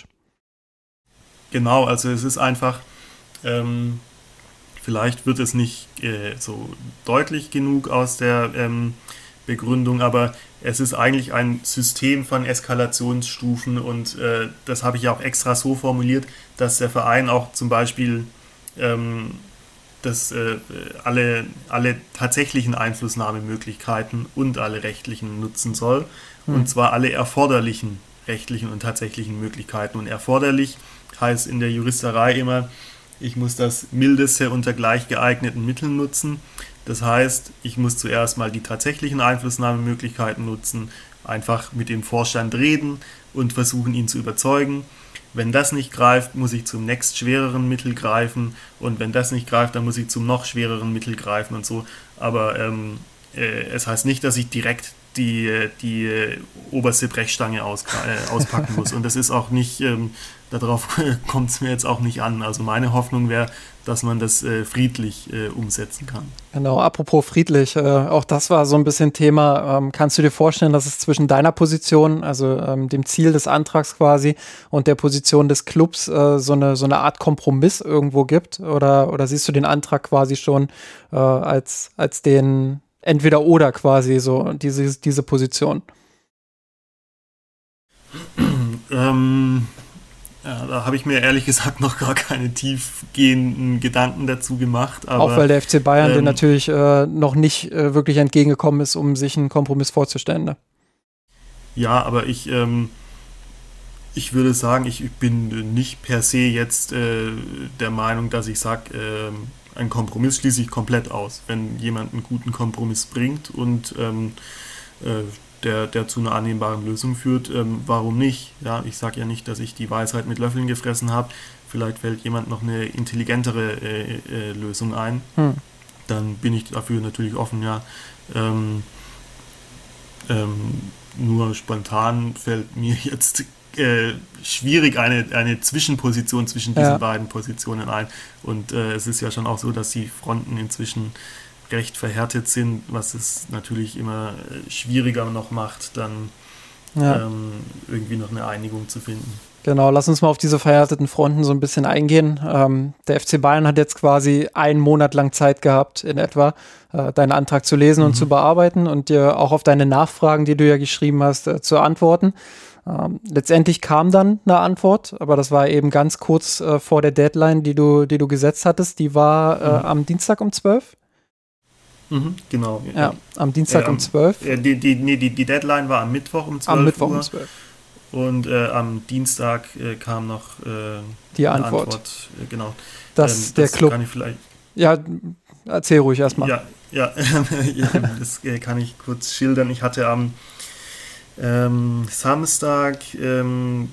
Genau, also es ist einfach, ähm, vielleicht wird es nicht äh, so deutlich genug aus der ähm, Begründung, aber es ist eigentlich ein System von Eskalationsstufen und äh, das habe ich ja auch extra so formuliert, dass der Verein auch zum Beispiel ähm, das, äh, alle, alle tatsächlichen Einflussnahmemöglichkeiten und alle rechtlichen nutzen soll, hm. und zwar alle erforderlichen rechtlichen und tatsächlichen Möglichkeiten. Und erforderlich heißt in der Juristerei immer, ich muss das Mildeste unter gleich geeigneten Mitteln nutzen. Das heißt, ich muss zuerst mal die tatsächlichen Einflussnahmemöglichkeiten nutzen, einfach mit dem Vorstand reden und versuchen, ihn zu überzeugen. Wenn das nicht greift, muss ich zum nächstschwereren Mittel greifen und wenn das nicht greift, dann muss ich zum noch schwereren Mittel greifen und so. Aber ähm, äh, es heißt nicht, dass ich direkt die, die oberste Brechstange aus, äh, auspacken muss. Und das ist auch nicht, ähm, darauf kommt es mir jetzt auch nicht an. Also meine Hoffnung wäre, dass man das äh, friedlich äh, umsetzen kann. Genau, apropos friedlich, äh, auch das war so ein bisschen Thema. Ähm, kannst du dir vorstellen, dass es zwischen deiner Position, also ähm, dem Ziel des Antrags quasi, und der Position des Clubs äh, so eine so eine Art Kompromiss irgendwo gibt? Oder, oder siehst du den Antrag quasi schon äh, als, als den Entweder-Oder quasi, so diese, diese Position? ähm... Ja, da habe ich mir ehrlich gesagt noch gar keine tiefgehenden Gedanken dazu gemacht. Aber, auch weil der F C Bayern ähm, dir natürlich äh, noch nicht äh, wirklich entgegengekommen ist, um sich einen Kompromiss vorzustellen. Ne? Ja, aber ich, ähm, ich würde sagen, ich bin nicht per se jetzt äh, der Meinung, dass ich sage, äh, einen Kompromiss schließe ich komplett aus. Wenn jemand einen guten Kompromiss bringt und ähm, äh, Der, der zu einer annehmbaren Lösung führt, ähm, warum nicht? Ja, ich sage ja nicht, dass ich die Weisheit mit Löffeln gefressen habe. Vielleicht fällt jemand noch eine intelligentere äh, äh, Lösung ein. Hm. Dann bin ich dafür natürlich offen, ja. Ähm, ähm, nur spontan fällt mir jetzt äh, schwierig eine, eine Zwischenposition zwischen diesen ja. beiden Positionen ein. Und äh, es ist ja schon auch so, dass die Fronten inzwischen recht verhärtet sind, was es natürlich immer schwieriger noch macht, dann ja. ähm, irgendwie noch eine Einigung zu finden. Genau, lass uns mal auf diese verhärteten Fronten so ein bisschen eingehen. Ähm, der F C Bayern hat jetzt quasi einen Monat lang Zeit gehabt, in etwa, äh, deinen Antrag zu lesen mhm. und zu bearbeiten und dir auch auf deine Nachfragen, die du ja geschrieben hast, äh, zu antworten. Ähm, letztendlich kam dann eine Antwort, aber das war eben ganz kurz äh, vor der Deadline, die du, die du gesetzt hattest. Die war äh, mhm. am Dienstag um zwölf. Mhm, genau. Ja, ja, am Dienstag äh, um zwölf. Äh, die, die, nee, die, die Deadline war am Mittwoch um zwölf Uhr. Am Mittwoch um zwölf. Und äh, am Dienstag äh, kam noch äh, die Antwort. Antwort äh, genau. Dass ähm, der das Club. Kann ich vielleicht. Ja, erzähl ruhig erstmal. Ja, ja, ja das äh, kann ich kurz schildern. Ich hatte am ähm, Samstag ähm,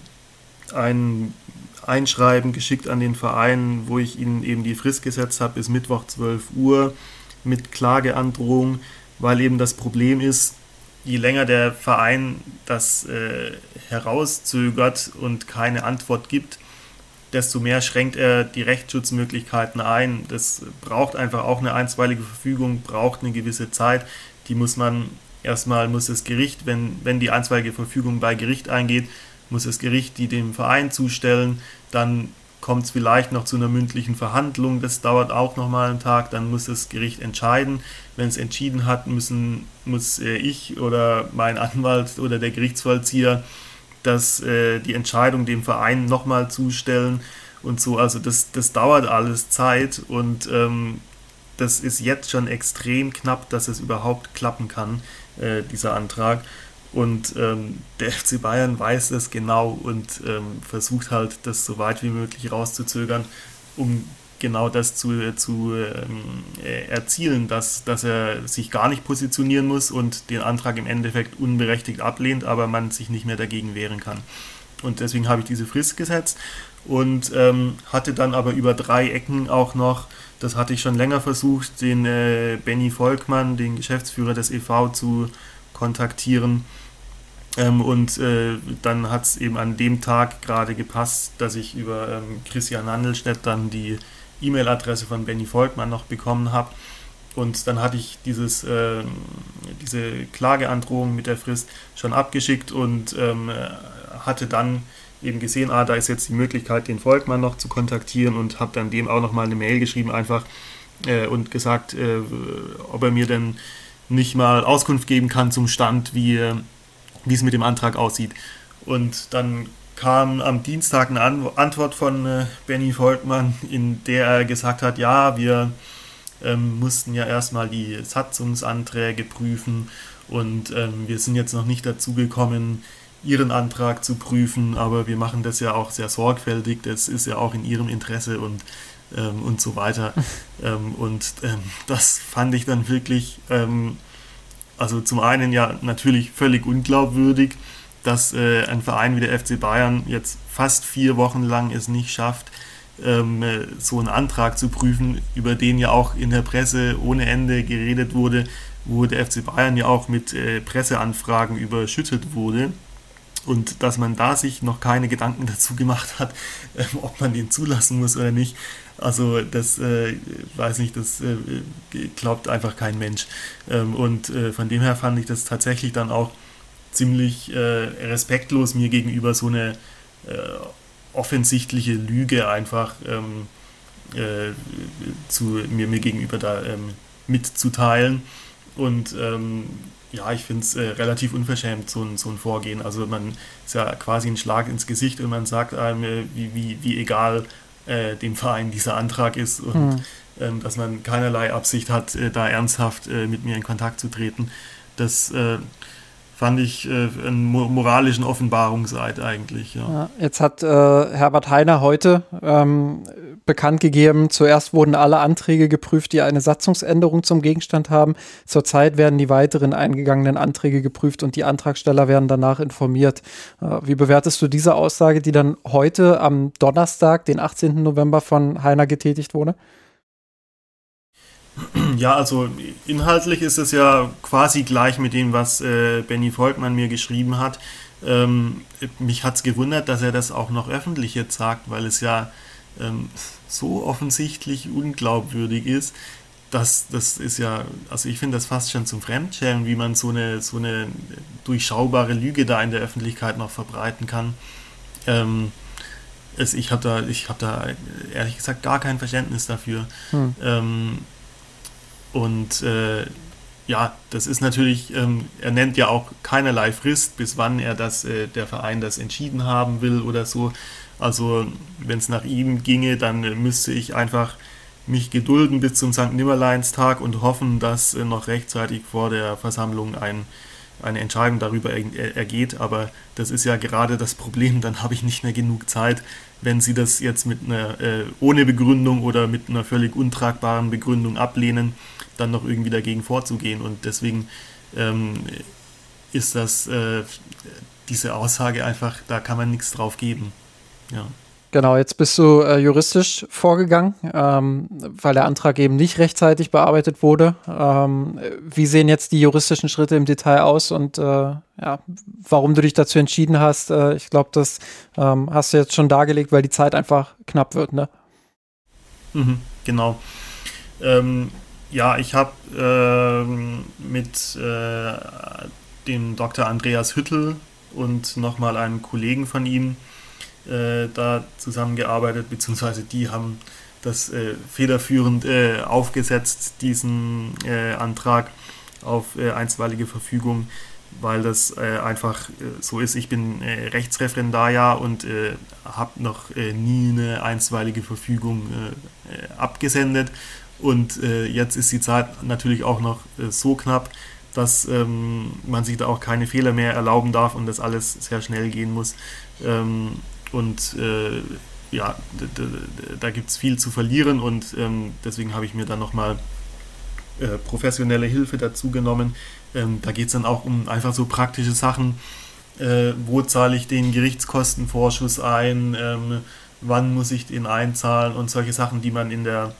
ein Einschreiben geschickt an den Verein, wo ich ihnen eben die Frist gesetzt habe bis Mittwoch zwölf Uhr. Mit Klageandrohung, weil eben das Problem ist, je länger der Verein das äh, herauszögert und keine Antwort gibt, desto mehr schränkt er die Rechtsschutzmöglichkeiten ein. Das braucht einfach auch eine einstweilige Verfügung, braucht eine gewisse Zeit. Die muss man erstmal, muss das Gericht, wenn, wenn die einstweilige Verfügung bei Gericht eingeht, muss das Gericht die dem Verein zustellen, dann kommt es vielleicht noch zu einer mündlichen Verhandlung, das dauert auch nochmal einen Tag, dann muss das Gericht entscheiden. Wenn es entschieden hat, müssen, muss äh, ich oder mein Anwalt oder der Gerichtsvollzieher das, äh, die Entscheidung dem Verein nochmal zustellen und so. Also das, das dauert alles Zeit und ähm, das ist jetzt schon extrem knapp, dass es überhaupt klappen kann, äh, dieser Antrag. Und ähm, der F C Bayern weiß das genau und ähm, versucht halt, das so weit wie möglich rauszuzögern, um genau das zu, zu ähm, erzielen, dass, dass er sich gar nicht positionieren muss und den Antrag im Endeffekt unberechtigt ablehnt, aber man sich nicht mehr dagegen wehren kann. Und deswegen habe ich diese Frist gesetzt und ähm, hatte dann aber über drei Ecken auch noch, das hatte ich schon länger versucht, den äh, Benny Volkmann, den Geschäftsführer des E V, zu kontaktieren. Ähm, und äh, dann hat es eben an dem Tag gerade gepasst, dass ich über ähm, Christian Handelstedt dann die E-Mail-Adresse von Benny Volkmann noch bekommen habe. Und dann hatte ich dieses, äh, diese Klageandrohung mit der Frist schon abgeschickt und ähm, hatte dann eben gesehen, ah, da ist jetzt die Möglichkeit, den Volkmann noch zu kontaktieren und habe dann dem auch nochmal eine Mail geschrieben einfach äh, und gesagt, äh, ob er mir denn nicht mal Auskunft geben kann zum Stand, wie wie es mit dem Antrag aussieht. Und dann kam am Dienstag eine Antwort von äh, Benny Volkmann, in der er gesagt hat, ja, wir ähm, mussten ja erstmal die Satzungsanträge prüfen und ähm, wir sind jetzt noch nicht dazu gekommen, Ihren Antrag zu prüfen, aber wir machen das ja auch sehr sorgfältig, das ist ja auch in Ihrem Interesse und, ähm, und so weiter. ähm, und ähm, das fand ich dann wirklich... Ähm, Also zum einen ja natürlich völlig unglaubwürdig, dass äh, ein Verein wie der F C Bayern jetzt fast vier Wochen lang es nicht schafft, ähm, so einen Antrag zu prüfen, über den ja auch in der Presse ohne Ende geredet wurde, wo der F C Bayern ja auch mit äh, Presseanfragen überschüttet wurde. Und dass man da sich noch keine Gedanken dazu gemacht hat, äh, ob man den zulassen muss oder nicht. Also das, äh, weiß nicht, das äh, glaubt einfach kein Mensch. Ähm, und äh, von dem her fand ich das tatsächlich dann auch ziemlich äh, respektlos mir gegenüber, so eine äh, offensichtliche Lüge einfach ähm, äh, zu mir, mir gegenüber da ähm, mitzuteilen. Und ähm, ja, ich finde es äh, relativ unverschämt, so ein, so ein Vorgehen. Also man ist ja quasi ein Schlag ins Gesicht und man sagt einem, äh, wie, wie, wie egal äh, dem Verein dieser Antrag ist und Hm. ähm, dass man keinerlei Absicht hat, äh, da ernsthaft äh, mit mir in Kontakt zu treten. Das äh, fand ich äh, einen mo- moralischen Offenbarungseid eigentlich, ja. Ja, jetzt hat äh, Herbert Hainer heute ähm, bekannt gegeben, zuerst wurden alle Anträge geprüft, die eine Satzungsänderung zum Gegenstand haben. Zurzeit werden die weiteren eingegangenen Anträge geprüft und die Antragsteller werden danach informiert. Äh, wie bewertest du diese Aussage, die dann heute am Donnerstag, den achtzehnten November von Hainer getätigt wurde? Ja, also inhaltlich ist es ja quasi gleich mit dem, was äh, Benny Volkmann mir geschrieben hat. Ähm, mich hat es gewundert, dass er das auch noch öffentlich jetzt sagt, weil es ja ähm, so offensichtlich unglaubwürdig ist. Das, das ist ja, also ich finde das fast schon zum Fremdschämen, wie man so eine, so eine durchschaubare Lüge da in der Öffentlichkeit noch verbreiten kann. Ähm, es, ich habe da, ich hab da ehrlich gesagt gar kein Verständnis dafür. Hm. Ähm, Und äh, ja, das ist natürlich, ähm, er nennt ja auch keinerlei Frist, bis wann er das, äh, der Verein das entschieden haben will oder so. Also wenn es nach ihm ginge, dann äh, müsste ich einfach mich gedulden bis zum Sankt Nimmerleinstag und hoffen, dass äh, noch rechtzeitig vor der Versammlung ein, eine Entscheidung darüber er, ergeht. Aber das ist ja gerade das Problem, dann habe ich nicht mehr genug Zeit, wenn sie das jetzt mit einer äh, ohne Begründung oder mit einer völlig untragbaren Begründung ablehnen, dann noch irgendwie dagegen vorzugehen. Und deswegen ähm, ist das äh, diese Aussage einfach, da kann man nichts drauf geben. Ja. Genau, jetzt bist du äh, juristisch vorgegangen, ähm, weil der Antrag eben nicht rechtzeitig bearbeitet wurde. Ähm, wie sehen jetzt die juristischen Schritte im Detail aus und äh, ja, warum du dich dazu entschieden hast? Äh, ich glaube, das ähm, hast du jetzt schon dargelegt, weil die Zeit einfach knapp wird, ne? Mhm, genau. Ähm, ja, ich habe ähm, mit äh, dem Doktor Andreas Hüttel und nochmal einem Kollegen von ihm äh, da zusammengearbeitet, beziehungsweise die haben das äh, federführend äh, aufgesetzt, diesen äh, Antrag auf äh, einstweilige Verfügung, weil das äh, einfach äh, so ist. Ich bin äh, Rechtsreferendar ja und äh, habe noch äh, nie eine einstweilige Verfügung äh, abgesendet. Und äh, jetzt ist die Zeit natürlich auch noch äh, so knapp, dass ähm, man sich da auch keine Fehler mehr erlauben darf und das alles sehr schnell gehen muss. Ähm, und äh, ja, da gibt es viel zu verlieren und ähm, deswegen habe ich mir dann nochmal äh, professionelle Hilfe dazu genommen. Ähm, da geht es dann auch um einfach so praktische Sachen. Äh, wo zahle ich den Gerichtskostenvorschuss ein? Ähm, wann muss ich den einzahlen? Und solche Sachen, die man in der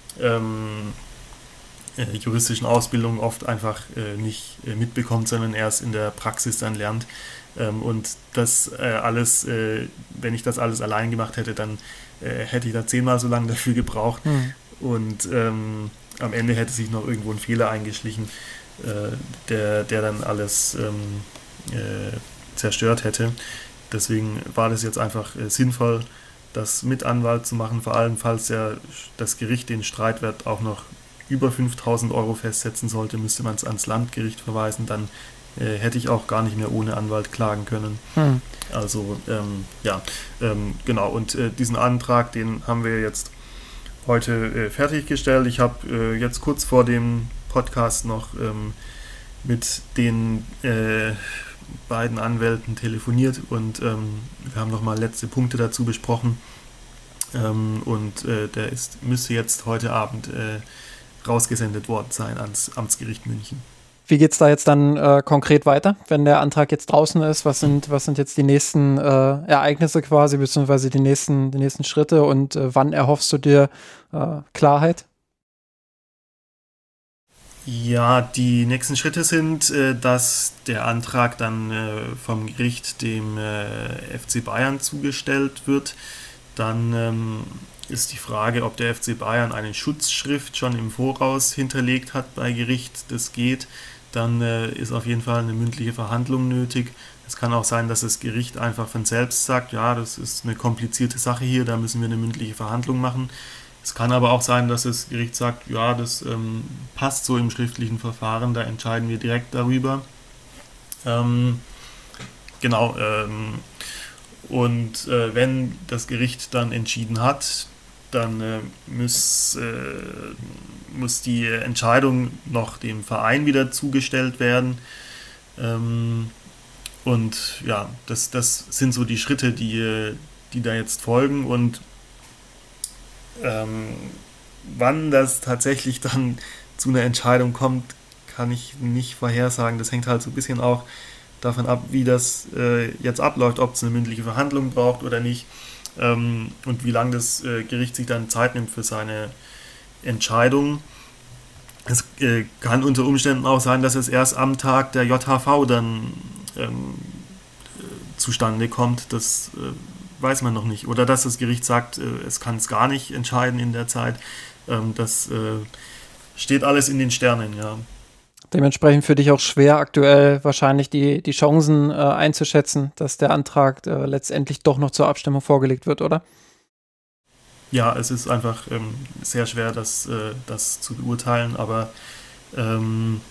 ähm, äh, juristischen Ausbildung oft einfach äh, nicht äh, mitbekommt, sondern erst in der Praxis dann lernt. Ähm, und das äh, alles, äh, wenn ich das alles allein gemacht hätte, dann äh, hätte ich da zehnmal so lange dafür gebraucht. Hm. Und ähm, am Ende hätte sich noch irgendwo ein Fehler eingeschlichen, äh, der, der dann alles ähm, äh, zerstört hätte. Deswegen war das jetzt einfach äh, sinnvoll, das mit Anwalt zu machen, vor allem falls ja das Gericht den Streitwert auch noch über fünftausend Euro festsetzen sollte, müsste man es ans Landgericht verweisen, dann äh, hätte ich auch gar nicht mehr ohne Anwalt klagen können. Hm. Also ähm, ja, ähm, genau, und äh, diesen Antrag, den haben wir jetzt heute äh, fertiggestellt. Ich habe äh, jetzt kurz vor dem Podcast noch ähm, mit den äh, beiden Anwälten telefoniert und ähm, wir haben nochmal letzte Punkte dazu besprochen ähm, und äh, der ist, müsste jetzt heute Abend äh, rausgesendet worden sein ans Amtsgericht München. Wie geht es da jetzt dann äh, konkret weiter, wenn der Antrag jetzt draußen ist? Was sind, was sind jetzt die nächsten äh, Ereignisse quasi, beziehungsweise die nächsten, die nächsten Schritte und äh, wann erhoffst du dir äh, Klarheit? Ja, die nächsten Schritte sind, äh, dass der Antrag dann äh, vom Gericht dem äh, F C Bayern zugestellt wird. Dann ähm, ist die Frage, ob der F C Bayern eine Schutzschrift schon im Voraus hinterlegt hat bei Gericht. Das geht. Dann äh, ist auf jeden Fall eine mündliche Verhandlung nötig. Es kann auch sein, dass das Gericht einfach von selbst sagt, ja, das ist eine komplizierte Sache hier, da müssen wir eine mündliche Verhandlung machen. Es kann aber auch sein, dass das Gericht sagt, ja, das ähm, passt so im schriftlichen Verfahren, da entscheiden wir direkt darüber. Ähm, genau, ähm, und äh, wenn das Gericht dann entschieden hat, dann äh, muss, äh, muss die Entscheidung noch dem Verein wieder zugestellt werden. Ähm, und ja, das, das sind so die Schritte, die, die da jetzt folgen. Und ähm, wann das tatsächlich dann zu einer Entscheidung kommt, kann ich nicht vorhersagen. Das hängt halt so ein bisschen auch davon ab, wie das äh, jetzt abläuft, ob es eine mündliche Verhandlung braucht oder nicht. Ähm, und wie lange das äh, Gericht sich dann Zeit nimmt für seine Entscheidung. Es äh, kann unter Umständen auch sein, dass es erst am Tag der J H V dann ähm, äh, zustande kommt. Das äh, weiß man noch nicht. Oder dass das Gericht sagt, äh, es kann es gar nicht entscheiden in der Zeit. Ähm, das äh, steht alles in den Sternen, ja. Dementsprechend für dich auch schwer, aktuell wahrscheinlich die, die Chancen äh, einzuschätzen, dass der Antrag äh, letztendlich doch noch zur Abstimmung vorgelegt wird, oder? Ja, es ist einfach ähm, sehr schwer, das, äh, das zu beurteilen, aber ähm,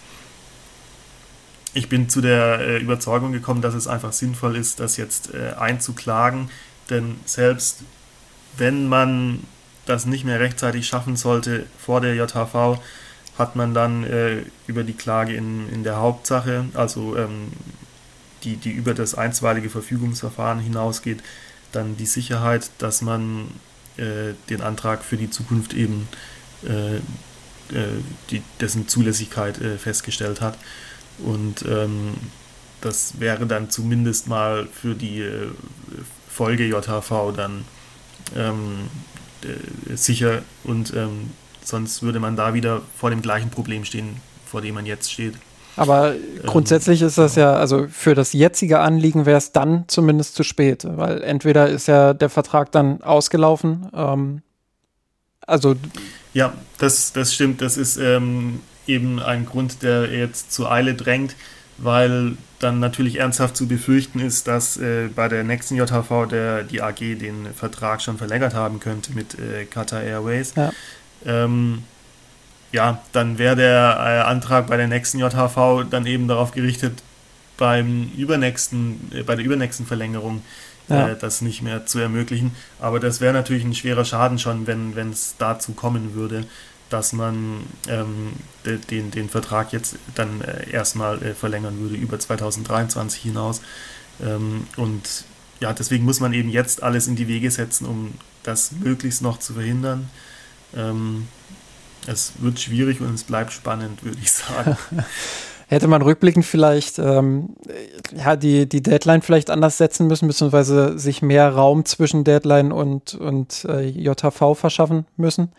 ich bin zu der äh, Überzeugung gekommen, dass es einfach sinnvoll ist, das jetzt äh, einzuklagen, denn selbst wenn man das nicht mehr rechtzeitig schaffen sollte vor der J H V, hat man dann äh, über die Klage in, in der Hauptsache, also ähm, die, die über das einstweilige Verfügungsverfahren hinausgeht, dann die Sicherheit, dass man äh, den Antrag für die Zukunft eben äh, äh, die, dessen Zulässigkeit äh, festgestellt hat. Und ähm, das wäre dann zumindest mal für die äh, Folge J H V dann ähm, äh, sicher und ähm, sonst würde man da wieder vor dem gleichen Problem stehen, vor dem man jetzt steht. Aber grundsätzlich ähm, ist das ja, also für das jetzige Anliegen wäre es dann zumindest zu spät, weil entweder ist ja der Vertrag dann ausgelaufen, ähm, also ja, das, das stimmt, das ist ähm, eben ein Grund, der jetzt zur Eile drängt, weil dann natürlich ernsthaft zu befürchten ist, dass äh, bei der nächsten J H V der, die A G den Vertrag schon verlängert haben könnte mit äh, Qatar Airways. Ja. Ähm, ja, dann wäre der äh, Antrag bei der nächsten J H V dann eben darauf gerichtet, beim übernächsten, äh, bei der übernächsten Verlängerung ja. äh, das nicht mehr zu ermöglichen. Aber das wäre natürlich ein schwerer Schaden schon, wenn es dazu kommen würde, dass man ähm, de, den, den Vertrag jetzt dann äh, erstmal äh, verlängern würde über zwanzig dreiundzwanzig hinaus. Ähm, und ja, deswegen muss man eben jetzt alles in die Wege setzen, um das möglichst noch zu verhindern. Ähm, es wird schwierig und es bleibt spannend, würde ich sagen. Hätte man rückblickend vielleicht ähm, ja, die, die Deadline vielleicht anders setzen müssen, beziehungsweise sich mehr Raum zwischen Deadline und, und äh, J H V verschaffen müssen?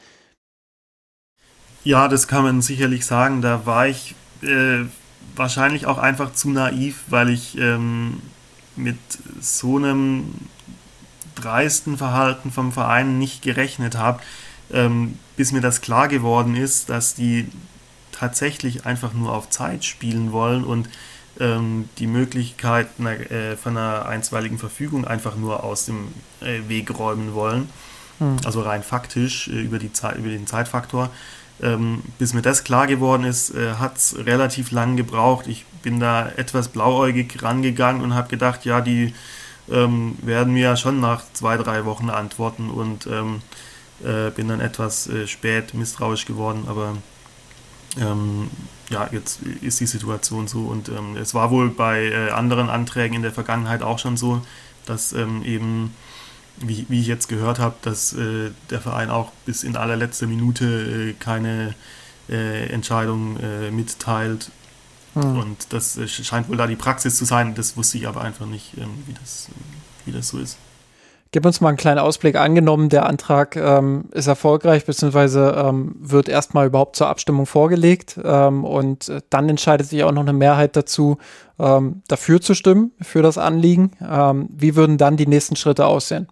Ja, das kann man sicherlich sagen. Da war ich äh, wahrscheinlich auch einfach zu naiv, weil ich ähm, mit so einem dreisten Verhalten vom Verein nicht gerechnet habe. Ähm, bis mir das klar geworden ist, dass die tatsächlich einfach nur auf Zeit spielen wollen und ähm, die Möglichkeit einer, äh, von einer einstweiligen Verfügung einfach nur aus dem äh, Weg räumen wollen. Hm. Also rein faktisch äh, über, die Zeit, über den Zeitfaktor. Ähm, bis mir das klar geworden ist, äh, hat es relativ lang gebraucht. Ich bin da etwas blauäugig rangegangen und habe gedacht, ja, die ähm, werden mir ja schon nach zwei, drei Wochen antworten und ähm, äh, bin dann etwas äh, spät misstrauisch geworden, aber ähm, ja, jetzt ist die Situation so und ähm, es war wohl bei äh, anderen Anträgen in der Vergangenheit auch schon so, dass ähm, eben, wie, wie ich jetzt gehört habe, dass äh, der Verein auch bis in allerletzter Minute äh, keine äh, Entscheidung äh, mitteilt. Hm. Und das äh, scheint wohl da die Praxis zu sein, das wusste ich aber einfach nicht, ähm, wie das, wie das so ist. Gib uns mal einen kleinen Ausblick. Angenommen, der Antrag ähm, ist erfolgreich, beziehungsweise ähm, wird erstmal überhaupt zur Abstimmung vorgelegt ähm, und äh, dann entscheidet sich auch noch eine Mehrheit dazu, ähm, dafür zu stimmen, für das Anliegen. Ähm, wie würden dann die nächsten Schritte aussehen?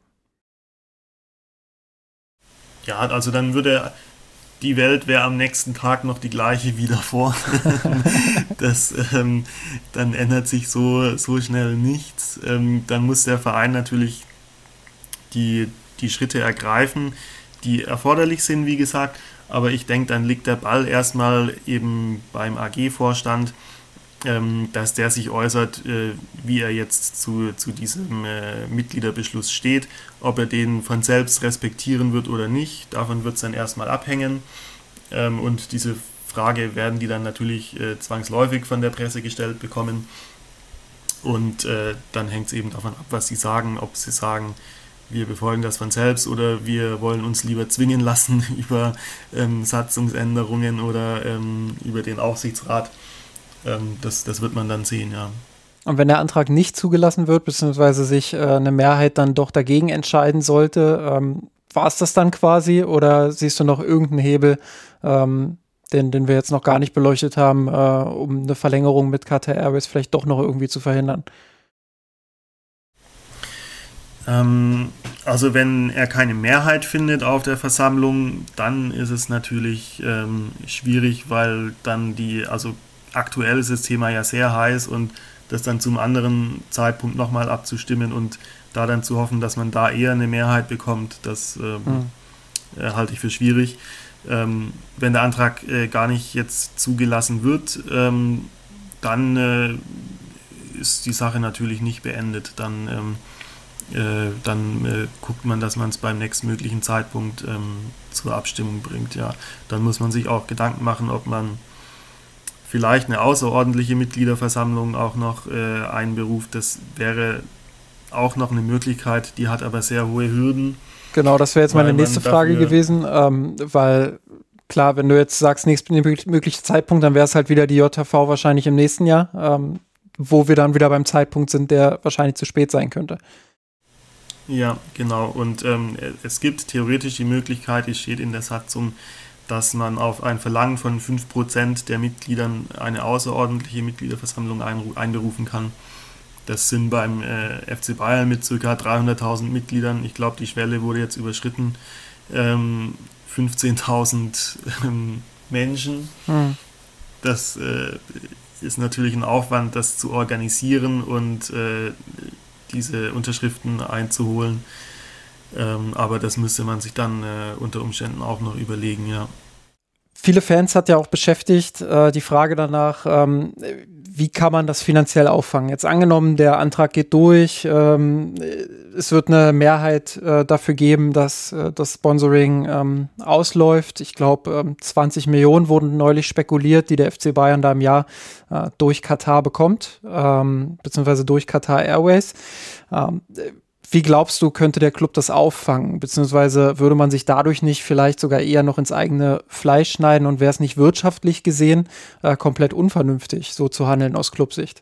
Ja, also dann würde die Welt wäre am nächsten Tag noch die gleiche wie davor. das, ähm, dann ändert sich so, so schnell nichts. Ähm, dann muss der Verein natürlich die, die Schritte ergreifen, die erforderlich sind, wie gesagt. Aber ich denke, dann liegt der Ball erstmal eben beim A G-Vorstand, ähm, dass der sich äußert, äh, wie er jetzt zu, zu diesem äh, Mitgliederbeschluss steht, ob er den von selbst respektieren wird oder nicht. Davon wird es dann erstmal abhängen. Ähm, und diese Frage werden die dann natürlich äh, zwangsläufig von der Presse gestellt bekommen. Und äh, dann hängt es eben davon ab, was sie sagen, ob sie sagen, wir befolgen das von selbst oder wir wollen uns lieber zwingen lassen über ähm, Satzungsänderungen oder ähm, über den Aufsichtsrat. Ähm, das, das wird man dann sehen, ja. Und wenn der Antrag nicht zugelassen wird, beziehungsweise sich äh, eine Mehrheit dann doch dagegen entscheiden sollte, ähm, war es das dann quasi oder siehst du noch irgendeinen Hebel, ähm, den, den wir jetzt noch gar nicht beleuchtet haben, äh, um eine Verlängerung mit Qatar Airways vielleicht doch noch irgendwie zu verhindern? Ähm, also wenn er keine Mehrheit findet auf der Versammlung, dann ist es natürlich ähm, schwierig, weil dann die, also aktuell ist das Thema ja sehr heiß und das dann zum anderen Zeitpunkt nochmal abzustimmen und da dann zu hoffen, dass man da eher eine Mehrheit bekommt, das ähm, mhm. äh, halte ich für schwierig. Ähm, wenn der Antrag äh, gar nicht jetzt zugelassen wird, ähm, dann äh, ist die Sache natürlich nicht beendet. Dann, ähm, äh, dann äh, guckt man, dass man es beim nächstmöglichen Zeitpunkt ähm, zur Abstimmung bringt. Ja. Dann muss man sich auch Gedanken machen, ob man vielleicht eine außerordentliche Mitgliederversammlung auch noch äh, einberuft. Das wäre auch noch eine Möglichkeit, die hat aber sehr hohe Hürden. Genau, das wäre jetzt meine nächste Frage gewesen, ähm, weil klar, wenn du jetzt sagst, nächster möglicher Zeitpunkt, dann wäre es halt wieder die J H V wahrscheinlich im nächsten Jahr, ähm, wo wir dann wieder beim Zeitpunkt sind, der wahrscheinlich zu spät sein könnte. Ja, genau. Und ähm, es gibt theoretisch die Möglichkeit, es steht in der Satzung, dass man auf ein Verlangen von fünf Prozent der Mitgliedern eine außerordentliche Mitgliederversammlung einberufen kann. Das sind beim äh, F C Bayern mit ca. dreihunderttausend Mitgliedern, ich glaube, die Schwelle wurde jetzt überschritten, ähm, fünfzehntausend ähm, Menschen. Hm. Das äh, ist natürlich ein Aufwand, das zu organisieren und äh, diese Unterschriften einzuholen. Ähm, aber das müsste man sich dann äh, unter Umständen auch noch überlegen, ja. Viele Fans hat ja auch beschäftigt, äh, die Frage danach, ähm, wie kann man das finanziell auffangen? Jetzt angenommen, der Antrag geht durch, ähm, es wird eine Mehrheit äh, dafür geben, dass äh, das Sponsoring ähm, ausläuft. Ich glaube, ähm, zwanzig Millionen wurden neulich spekuliert, die der F C Bayern da im Jahr äh, durch Katar bekommt, ähm, beziehungsweise durch Qatar Airways. Ähm, Wie glaubst du, könnte der Club das auffangen? Beziehungsweise würde man sich dadurch nicht vielleicht sogar eher noch ins eigene Fleisch schneiden und wäre es nicht wirtschaftlich gesehen äh, komplett unvernünftig, so zu handeln aus Clubsicht?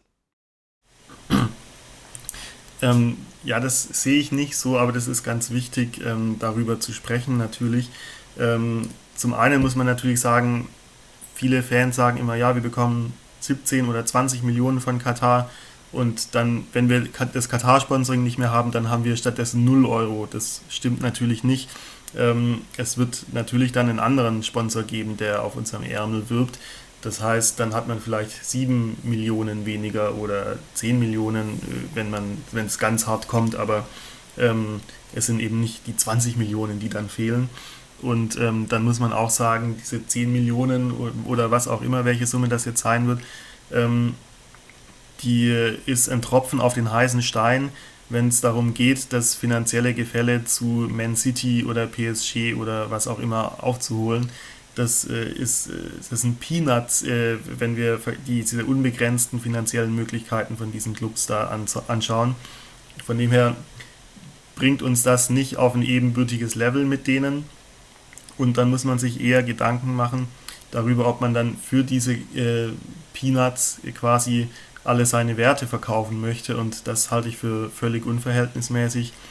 Ähm, ja, das sehe ich nicht so, aber das ist ganz wichtig, ähm, darüber zu sprechen natürlich. Ähm, zum einen muss man natürlich sagen, viele Fans sagen immer, ja, wir bekommen siebzehn oder zwanzig Millionen von Katar. Und dann, wenn wir das Katar-Sponsoring nicht mehr haben, dann haben wir stattdessen null Euro. Das stimmt natürlich nicht. Ähm, es wird natürlich dann einen anderen Sponsor geben, der auf unserem Ärmel wirbt. Das heißt, dann hat man vielleicht sieben Millionen weniger oder zehn Millionen, wenn man, wenn es ganz hart kommt. Aber ähm, es sind eben nicht die zwanzig Millionen, die dann fehlen. Und ähm, dann muss man auch sagen, diese zehn Millionen oder was auch immer, welche Summe das jetzt sein wird, ähm, die ist ein Tropfen auf den heißen Stein, wenn es darum geht, das finanzielle Gefälle zu Man City oder P S G oder was auch immer aufzuholen. Das, äh, ist, das sind Peanuts, äh, wenn wir die, diese unbegrenzten finanziellen Möglichkeiten von diesen Clubs da an, anschauen. Von dem her bringt uns das nicht auf ein ebenbürtiges Level mit denen. Und dann muss man sich eher Gedanken machen darüber, ob man dann für diese äh, Peanuts quasi alle seine Werte verkaufen möchte, und das halte ich für völlig unverhältnismäßig.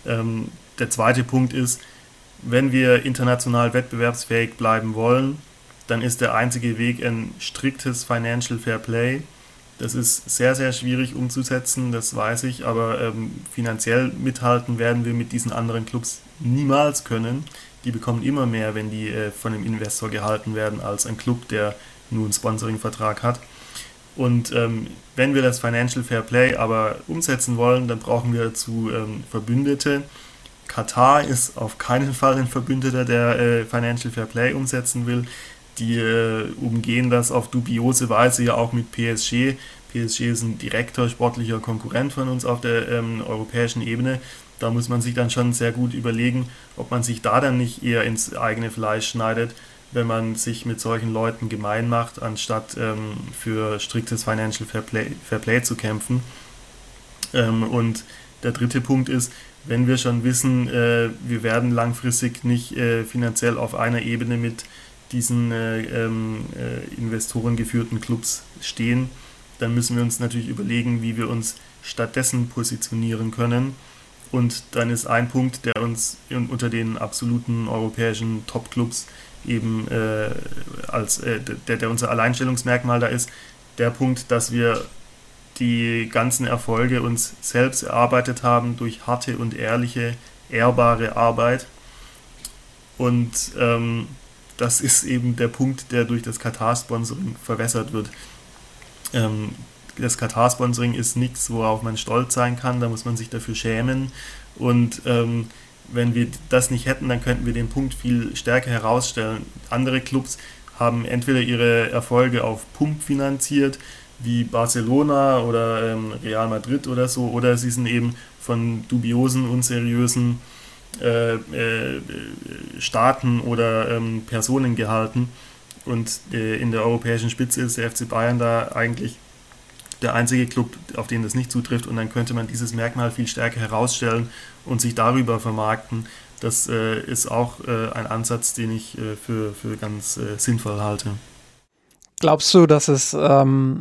Ähm, der zweite Punkt ist, wenn wir international wettbewerbsfähig bleiben wollen, dann ist der einzige Weg ein striktes Financial Fair Play. Das ist sehr, sehr schwierig umzusetzen, das weiß ich, aber ähm, finanziell mithalten werden wir mit diesen anderen Clubs niemals können. Die bekommen immer mehr, wenn die äh, von dem Investor gehalten werden, als ein Club, der nur einen Sponsoring-Vertrag hat. Und ähm, wenn wir das Financial Fair Play aber umsetzen wollen, dann brauchen wir dazu ähm, Verbündete. Katar ist auf keinen Fall ein Verbündeter, der äh, Financial Fair Play umsetzen will. Die äh, umgehen das auf dubiose Weise ja auch mit P S G. P S G ist ein direkter sportlicher Konkurrent von uns auf der ähm, europäischen Ebene. Da muss man sich dann schon sehr gut überlegen, ob man sich da dann nicht eher ins eigene Fleisch schneidet, wenn man sich mit solchen Leuten gemein macht, anstatt ähm, für striktes Financial Fair Play, Fair Play zu kämpfen. Ähm, und der dritte Punkt ist, wenn wir schon wissen, äh, wir werden langfristig nicht äh, finanziell auf einer Ebene mit diesen äh, ähm, äh, investorengeführten Clubs stehen, dann müssen wir uns natürlich überlegen, wie wir uns stattdessen positionieren können. Und dann ist ein Punkt, der uns in, unter den absoluten europäischen Top-Clubs eben äh, als äh, der, der unser Alleinstellungsmerkmal da ist, der Punkt, dass wir die ganzen Erfolge uns selbst erarbeitet haben durch harte und ehrliche, ehrbare Arbeit. Und ähm, das ist eben der Punkt, der durch das Katar-Sponsoring verwässert wird. Ähm, das Katar-Sponsoring ist nichts, worauf man stolz sein kann, da muss man sich dafür schämen. Und ähm, wenn wir das nicht hätten, dann könnten wir den Punkt viel stärker herausstellen. Andere Clubs haben entweder ihre Erfolge auf Pump finanziert, wie Barcelona oder ähm, Real Madrid oder so, oder sie sind eben von dubiosen, unseriösen äh, äh, Staaten oder ähm, Personen gehalten. Und äh, in der europäischen Spitze ist der F C Bayern da eigentlich der einzige Club, auf den das nicht zutrifft. Und dann könnte man dieses Merkmal viel stärker herausstellen und sich darüber vermarkten. Das äh, ist auch äh, ein Ansatz, den ich äh, für, für ganz äh, sinnvoll halte. Glaubst du, dass es ähm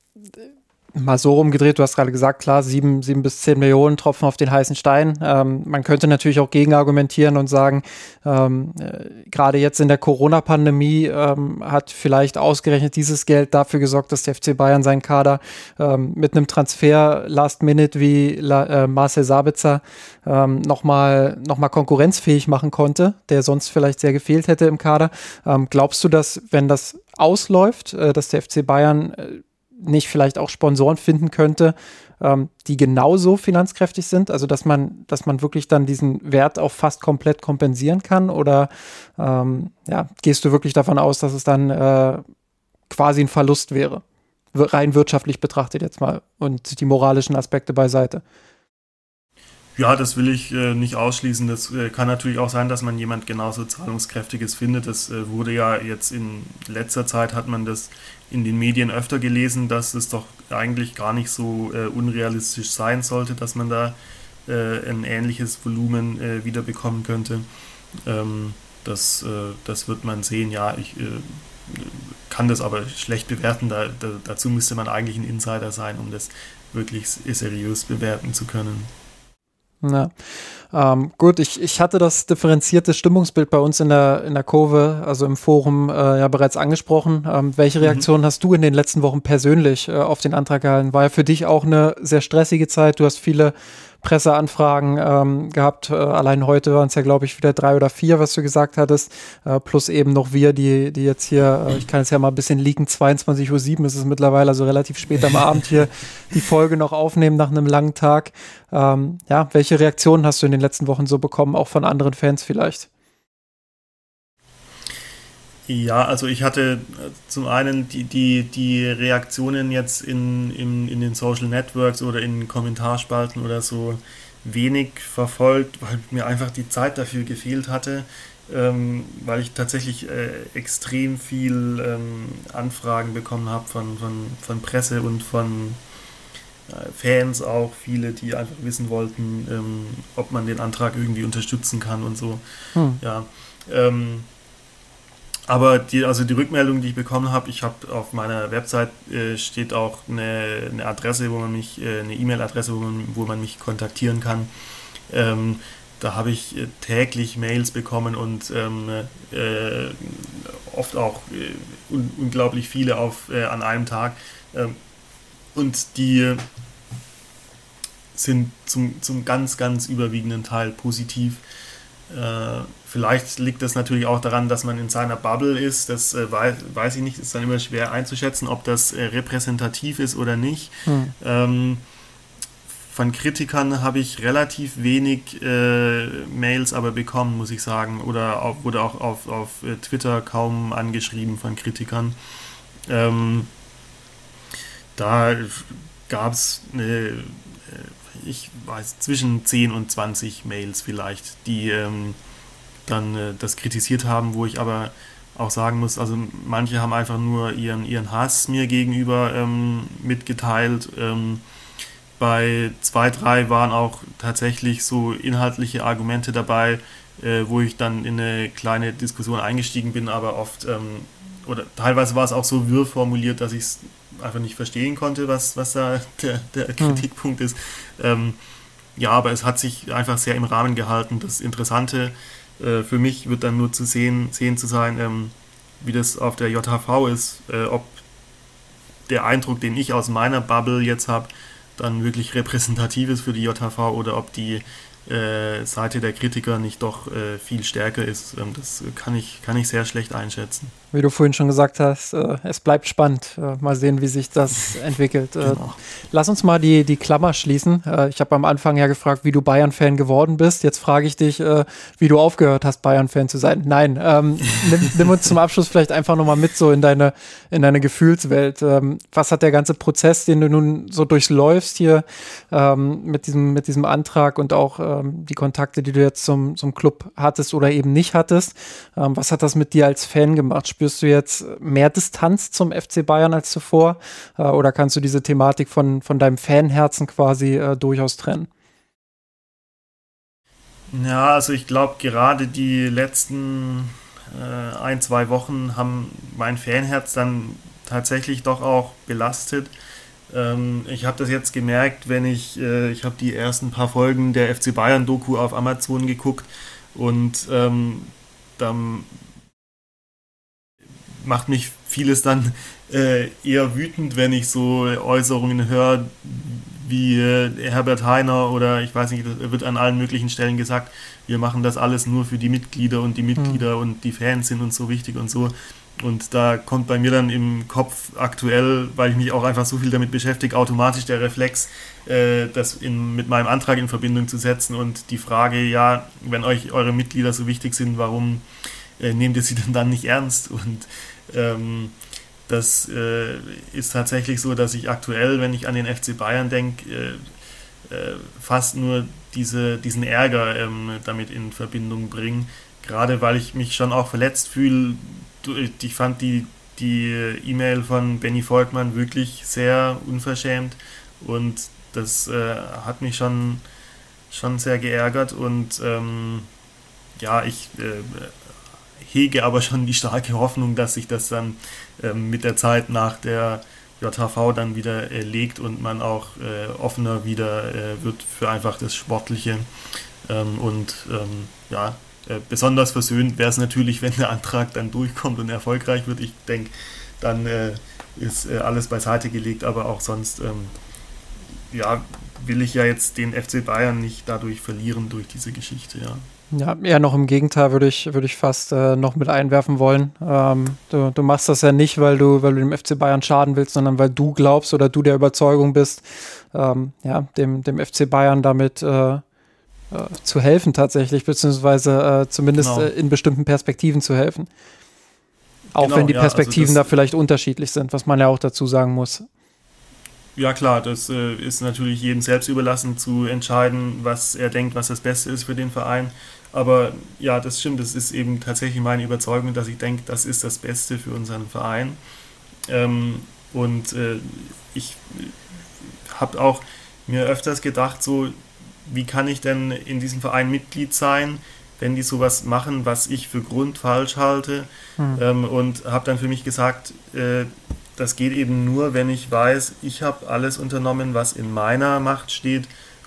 mal so rumgedreht, du hast gerade gesagt, klar, sieben, sieben bis zehn Millionen Tropfen auf den heißen Stein. Ähm, man könnte natürlich auch gegenargumentieren und sagen, ähm, äh, gerade jetzt in der Corona-Pandemie ähm, hat vielleicht ausgerechnet dieses Geld dafür gesorgt, dass der F C Bayern seinen Kader ähm, mit einem Transfer Last Minute wie La, äh, Marcel Sabitzer ähm, nochmal noch mal konkurrenzfähig machen konnte, der sonst vielleicht sehr gefehlt hätte im Kader. Ähm, glaubst du, dass, wenn das ausläuft, äh, dass der F C Bayern äh, nicht vielleicht auch Sponsoren finden könnte, ähm, die genauso finanzkräftig sind, also dass man, dass man wirklich dann diesen Wert auch fast komplett kompensieren kann, oder ähm, ja, gehst du wirklich davon aus, dass es dann äh, quasi ein Verlust wäre, rein wirtschaftlich betrachtet jetzt mal und die moralischen Aspekte beiseite? Ja, das will ich äh, nicht ausschließen. Das äh, kann natürlich auch sein, dass man jemand genauso Zahlungskräftiges findet. Das äh, wurde ja jetzt in letzter Zeit, hat man das in den Medien öfter gelesen, dass es doch eigentlich gar nicht so äh, unrealistisch sein sollte, dass man da äh, ein ähnliches Volumen äh, wieder bekommen könnte. Ähm, das, äh, das wird man sehen. Ja, ich äh, kann das aber schlecht bewerten. Da, da, dazu müsste man eigentlich ein Insider sein, um das wirklich seriös bewerten zu können. Ja, ähm, gut, ich, ich hatte das differenzierte Stimmungsbild bei uns in der, in der Kurve, also im Forum, äh, ja bereits angesprochen. Ähm, welche Reaktionen mhm. hast du in den letzten Wochen persönlich äh, auf den Antrag gehalten? War ja für dich auch eine sehr stressige Zeit. Du hast viele Presseanfragen ähm, gehabt. Äh, allein heute waren es ja, glaube ich, wieder drei oder vier, was du gesagt hattest. Äh, plus eben noch wir, die, die jetzt hier, äh, ich kann es ja mal ein bisschen leaken, zweiundzwanzig Uhr sieben ist es mittlerweile, also relativ spät am Abend hier die Folge noch aufnehmen nach einem langen Tag. Ähm, ja, welche Reaktionen hast du in den letzten Wochen so bekommen, auch von anderen Fans vielleicht? Ja, also ich hatte zum einen die, die, die Reaktionen jetzt in, in, in den Social Networks oder in Kommentarspalten oder so wenig verfolgt, weil mir einfach die Zeit dafür gefehlt hatte, ähm, weil ich tatsächlich äh, extrem viel ähm, Anfragen bekommen habe von, von, von Presse und von äh, Fans auch, viele, die einfach wissen wollten, ähm, ob man den Antrag irgendwie unterstützen kann und so. Hm. Ja, ähm, Aber die, also die Rückmeldung, die ich bekommen habe, ich habe auf meiner Website äh, steht auch eine, eine Adresse, wo man mich, äh, eine E-Mail-Adresse, wo man, wo man mich kontaktieren kann. Ähm, da habe ich äh, täglich Mails bekommen und ähm, äh, oft auch äh, un- unglaublich viele auf, äh, an einem Tag. Ähm, und die sind zum, zum ganz, ganz überwiegenden Teil positiv. Äh, vielleicht liegt das natürlich auch daran, dass man in seiner Bubble ist. Das äh, weiß, weiß ich nicht. Ist dann immer schwer einzuschätzen, ob das äh, repräsentativ ist oder nicht. Hm. Ähm, von Kritikern habe ich relativ wenig äh, Mails aber bekommen, muss ich sagen. Oder auch, wurde auch auf, auf Twitter kaum angeschrieben von Kritikern. Ähm, da gab es eine, ich weiß, zwischen zehn und zwanzig Mails vielleicht, die ähm, dann äh, das kritisiert haben, wo ich aber auch sagen muss, also manche haben einfach nur ihren, ihren Hass mir gegenüber ähm, mitgeteilt. Ähm, bei zwei, drei waren auch tatsächlich so inhaltliche Argumente dabei, äh, wo ich dann in eine kleine Diskussion eingestiegen bin, aber oft, ähm, oder teilweise war es auch so wirr formuliert, dass ich es einfach nicht verstehen konnte, was, was da der, der Hm. Kritikpunkt ist. Ähm, ja, aber es hat sich einfach sehr im Rahmen gehalten. Das Interessante äh, für mich wird dann nur zu sehen, sehen zu sein, ähm, wie das auf der J H V ist, äh, ob der Eindruck, den ich aus meiner Bubble jetzt habe, dann wirklich repräsentativ ist für die J H V oder ob die äh, Seite der Kritiker nicht doch äh, viel stärker ist. Ähm, das kann ich, kann ich sehr schlecht einschätzen. Wie du vorhin schon gesagt hast, äh, es bleibt spannend. Äh, mal sehen, wie sich das entwickelt. Äh, Genau. Lass uns mal die, die Klammer schließen. Äh, ich habe am Anfang ja gefragt, wie du Bayern-Fan geworden bist. Jetzt frage ich dich, äh, wie du aufgehört hast, Bayern-Fan zu sein. Nein, ähm, nimm, nimm uns zum Abschluss vielleicht einfach nochmal mit so in deine, in deine Gefühlswelt. Ähm, was hat der ganze Prozess, den du nun so durchläufst hier ähm, mit, diesem, mit diesem Antrag und auch ähm, die Kontakte, die du jetzt zum, zum Club hattest oder eben nicht hattest, ähm, was hat das mit dir als Fan gemacht? Spürst du jetzt mehr Distanz zum F C Bayern als zuvor? Äh, oder kannst du diese Thematik von, von deinem Fanherzen quasi äh, durchaus trennen? Ja, also ich glaube, gerade die letzten äh, ein, zwei Wochen haben mein Fanherz dann tatsächlich doch auch belastet. Ähm, ich habe das jetzt gemerkt, wenn ich, äh, ich habe die ersten paar Folgen der F C Bayern-Doku auf Amazon geguckt und ähm, dann macht mich vieles dann äh, eher wütend, wenn ich so Äußerungen höre, wie äh, Herbert Hainer oder ich weiß nicht, das wird an allen möglichen Stellen gesagt, wir machen das alles nur für die Mitglieder und die Mitglieder mhm. und die Fans sind uns so wichtig und so. Und da kommt bei mir dann im Kopf aktuell, weil ich mich auch einfach so viel damit beschäftige, automatisch der Reflex, äh, das in, mit meinem Antrag in Verbindung zu setzen und die Frage, ja, wenn euch eure Mitglieder so wichtig sind, warum äh, nehmt ihr sie denn dann nicht ernst? Und ähm, das äh, ist tatsächlich so, dass ich aktuell, wenn ich an den F C Bayern denke, äh, äh, fast nur diese, diesen Ärger ähm, damit in Verbindung bringe. Gerade weil ich mich schon auch verletzt fühle. Ich fand die, die E-Mail von Benny Volkmann wirklich sehr unverschämt und das äh, hat mich schon, schon sehr geärgert und ähm, ja, ich äh, hege aber schon die starke Hoffnung, dass sich das dann ähm, mit der Zeit nach der J H V dann wieder äh, legt und man auch äh, offener wieder äh, wird für einfach das Sportliche ähm, und ähm, ja, äh, besonders versöhnt wäre es natürlich, wenn der Antrag dann durchkommt und erfolgreich wird. Ich denke, dann äh, ist äh, alles beiseite gelegt, aber auch sonst ähm, ja, will ich ja jetzt den F C Bayern nicht dadurch verlieren durch diese Geschichte, ja. Ja, eher noch im Gegenteil würde ich, würde ich fast äh, noch mit einwerfen wollen. Ähm, du, du machst das ja nicht, weil du, weil du dem F C Bayern schaden willst, sondern weil du glaubst oder du der Überzeugung bist, ähm, ja, dem, dem F C Bayern damit äh, äh, zu helfen tatsächlich, beziehungsweise äh, zumindest genau. äh, in bestimmten Perspektiven zu helfen. Auch genau, wenn die Perspektiven ja, also da vielleicht unterschiedlich sind, was man ja auch dazu sagen muss. Ja klar, das äh, ist natürlich jedem selbst überlassen zu entscheiden, was er denkt, was das Beste ist für den Verein. Aber ja, das stimmt, das ist eben tatsächlich meine Überzeugung, dass ich denke, das ist das Beste für unseren Verein. Ähm, und äh, ich habe auch mir öfters gedacht, so, wie kann ich denn in diesem Verein Mitglied sein, wenn die sowas machen, was ich für grundfalsch halte. Hm. Ähm, und habe dann für mich gesagt, äh, das geht eben nur, wenn ich weiß, ich habe alles unternommen, was in meiner Macht steht,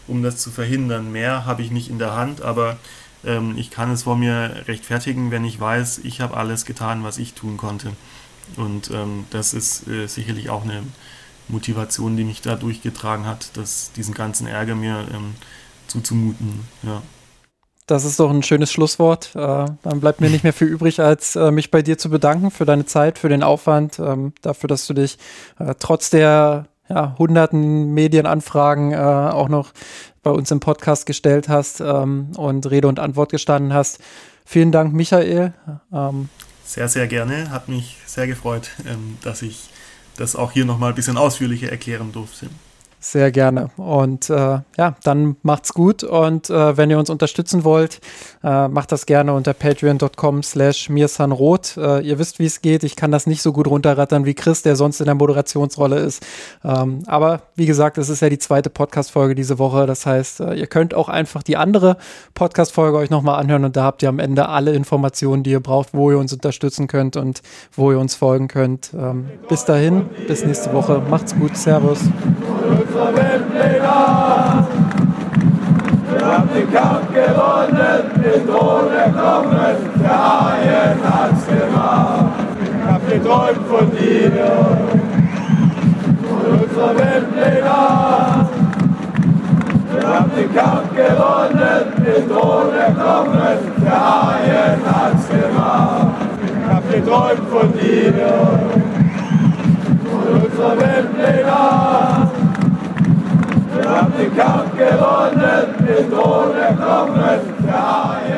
um das zu verhindern. Mehr habe ich nicht in der Hand, aber ähm, ich kann es vor mir rechtfertigen, wenn ich weiß, ich habe alles getan, was ich tun konnte. Und ähm, das ist äh, sicherlich auch eine Motivation, die mich da durchgetragen hat, das, diesen ganzen Ärger mir ähm, zuzumuten. Ja. Das ist doch ein schönes Schlusswort. Äh, dann bleibt mir nicht mehr viel übrig, als äh, mich bei dir zu bedanken für deine Zeit, für den Aufwand, ähm, dafür, dass du dich äh, trotz der ja, hunderten Medienanfragen äh, auch noch bei uns im Podcast gestellt hast ähm, und Rede und Antwort gestanden hast. Vielen Dank, Michael. Ähm, sehr, sehr gerne. Hat mich sehr gefreut, ähm, dass ich das auch hier nochmal ein bisschen ausführlicher erklären durfte. Sehr gerne. Und äh, ja, dann macht's gut. Und äh, wenn ihr uns unterstützen wollt, äh, macht das gerne unter patreon.com slash mirsanroth. Äh, ihr wisst, wie es geht. Ich kann das nicht so gut runterrattern wie Chris, der sonst in der Moderationsrolle ist. Ähm, aber wie gesagt, es ist ja die zweite Podcast-Folge diese Woche. Das heißt, äh, ihr könnt auch einfach die andere Podcast-Folge euch nochmal anhören. Und da habt ihr am Ende alle Informationen, die ihr braucht, wo ihr uns unterstützen könnt und wo ihr uns folgen könnt. Ähm, bis dahin, bis nächste Woche. Macht's gut. Servus. Unsere Weltpläne. Wir haben den Kampf gewonnen, den Thron erklommen, der Haien hat's gemacht. Ich hab geträumt von dir und unserer Weltpläne. Wir haben den Kampf gewonnen, den Thron erklommen, der Haien hat's gemacht. Ich hab geträumt von dir und unserer Weltpläne. Wir haben den Kampf gewonnen, den Thron erklommen, der Haien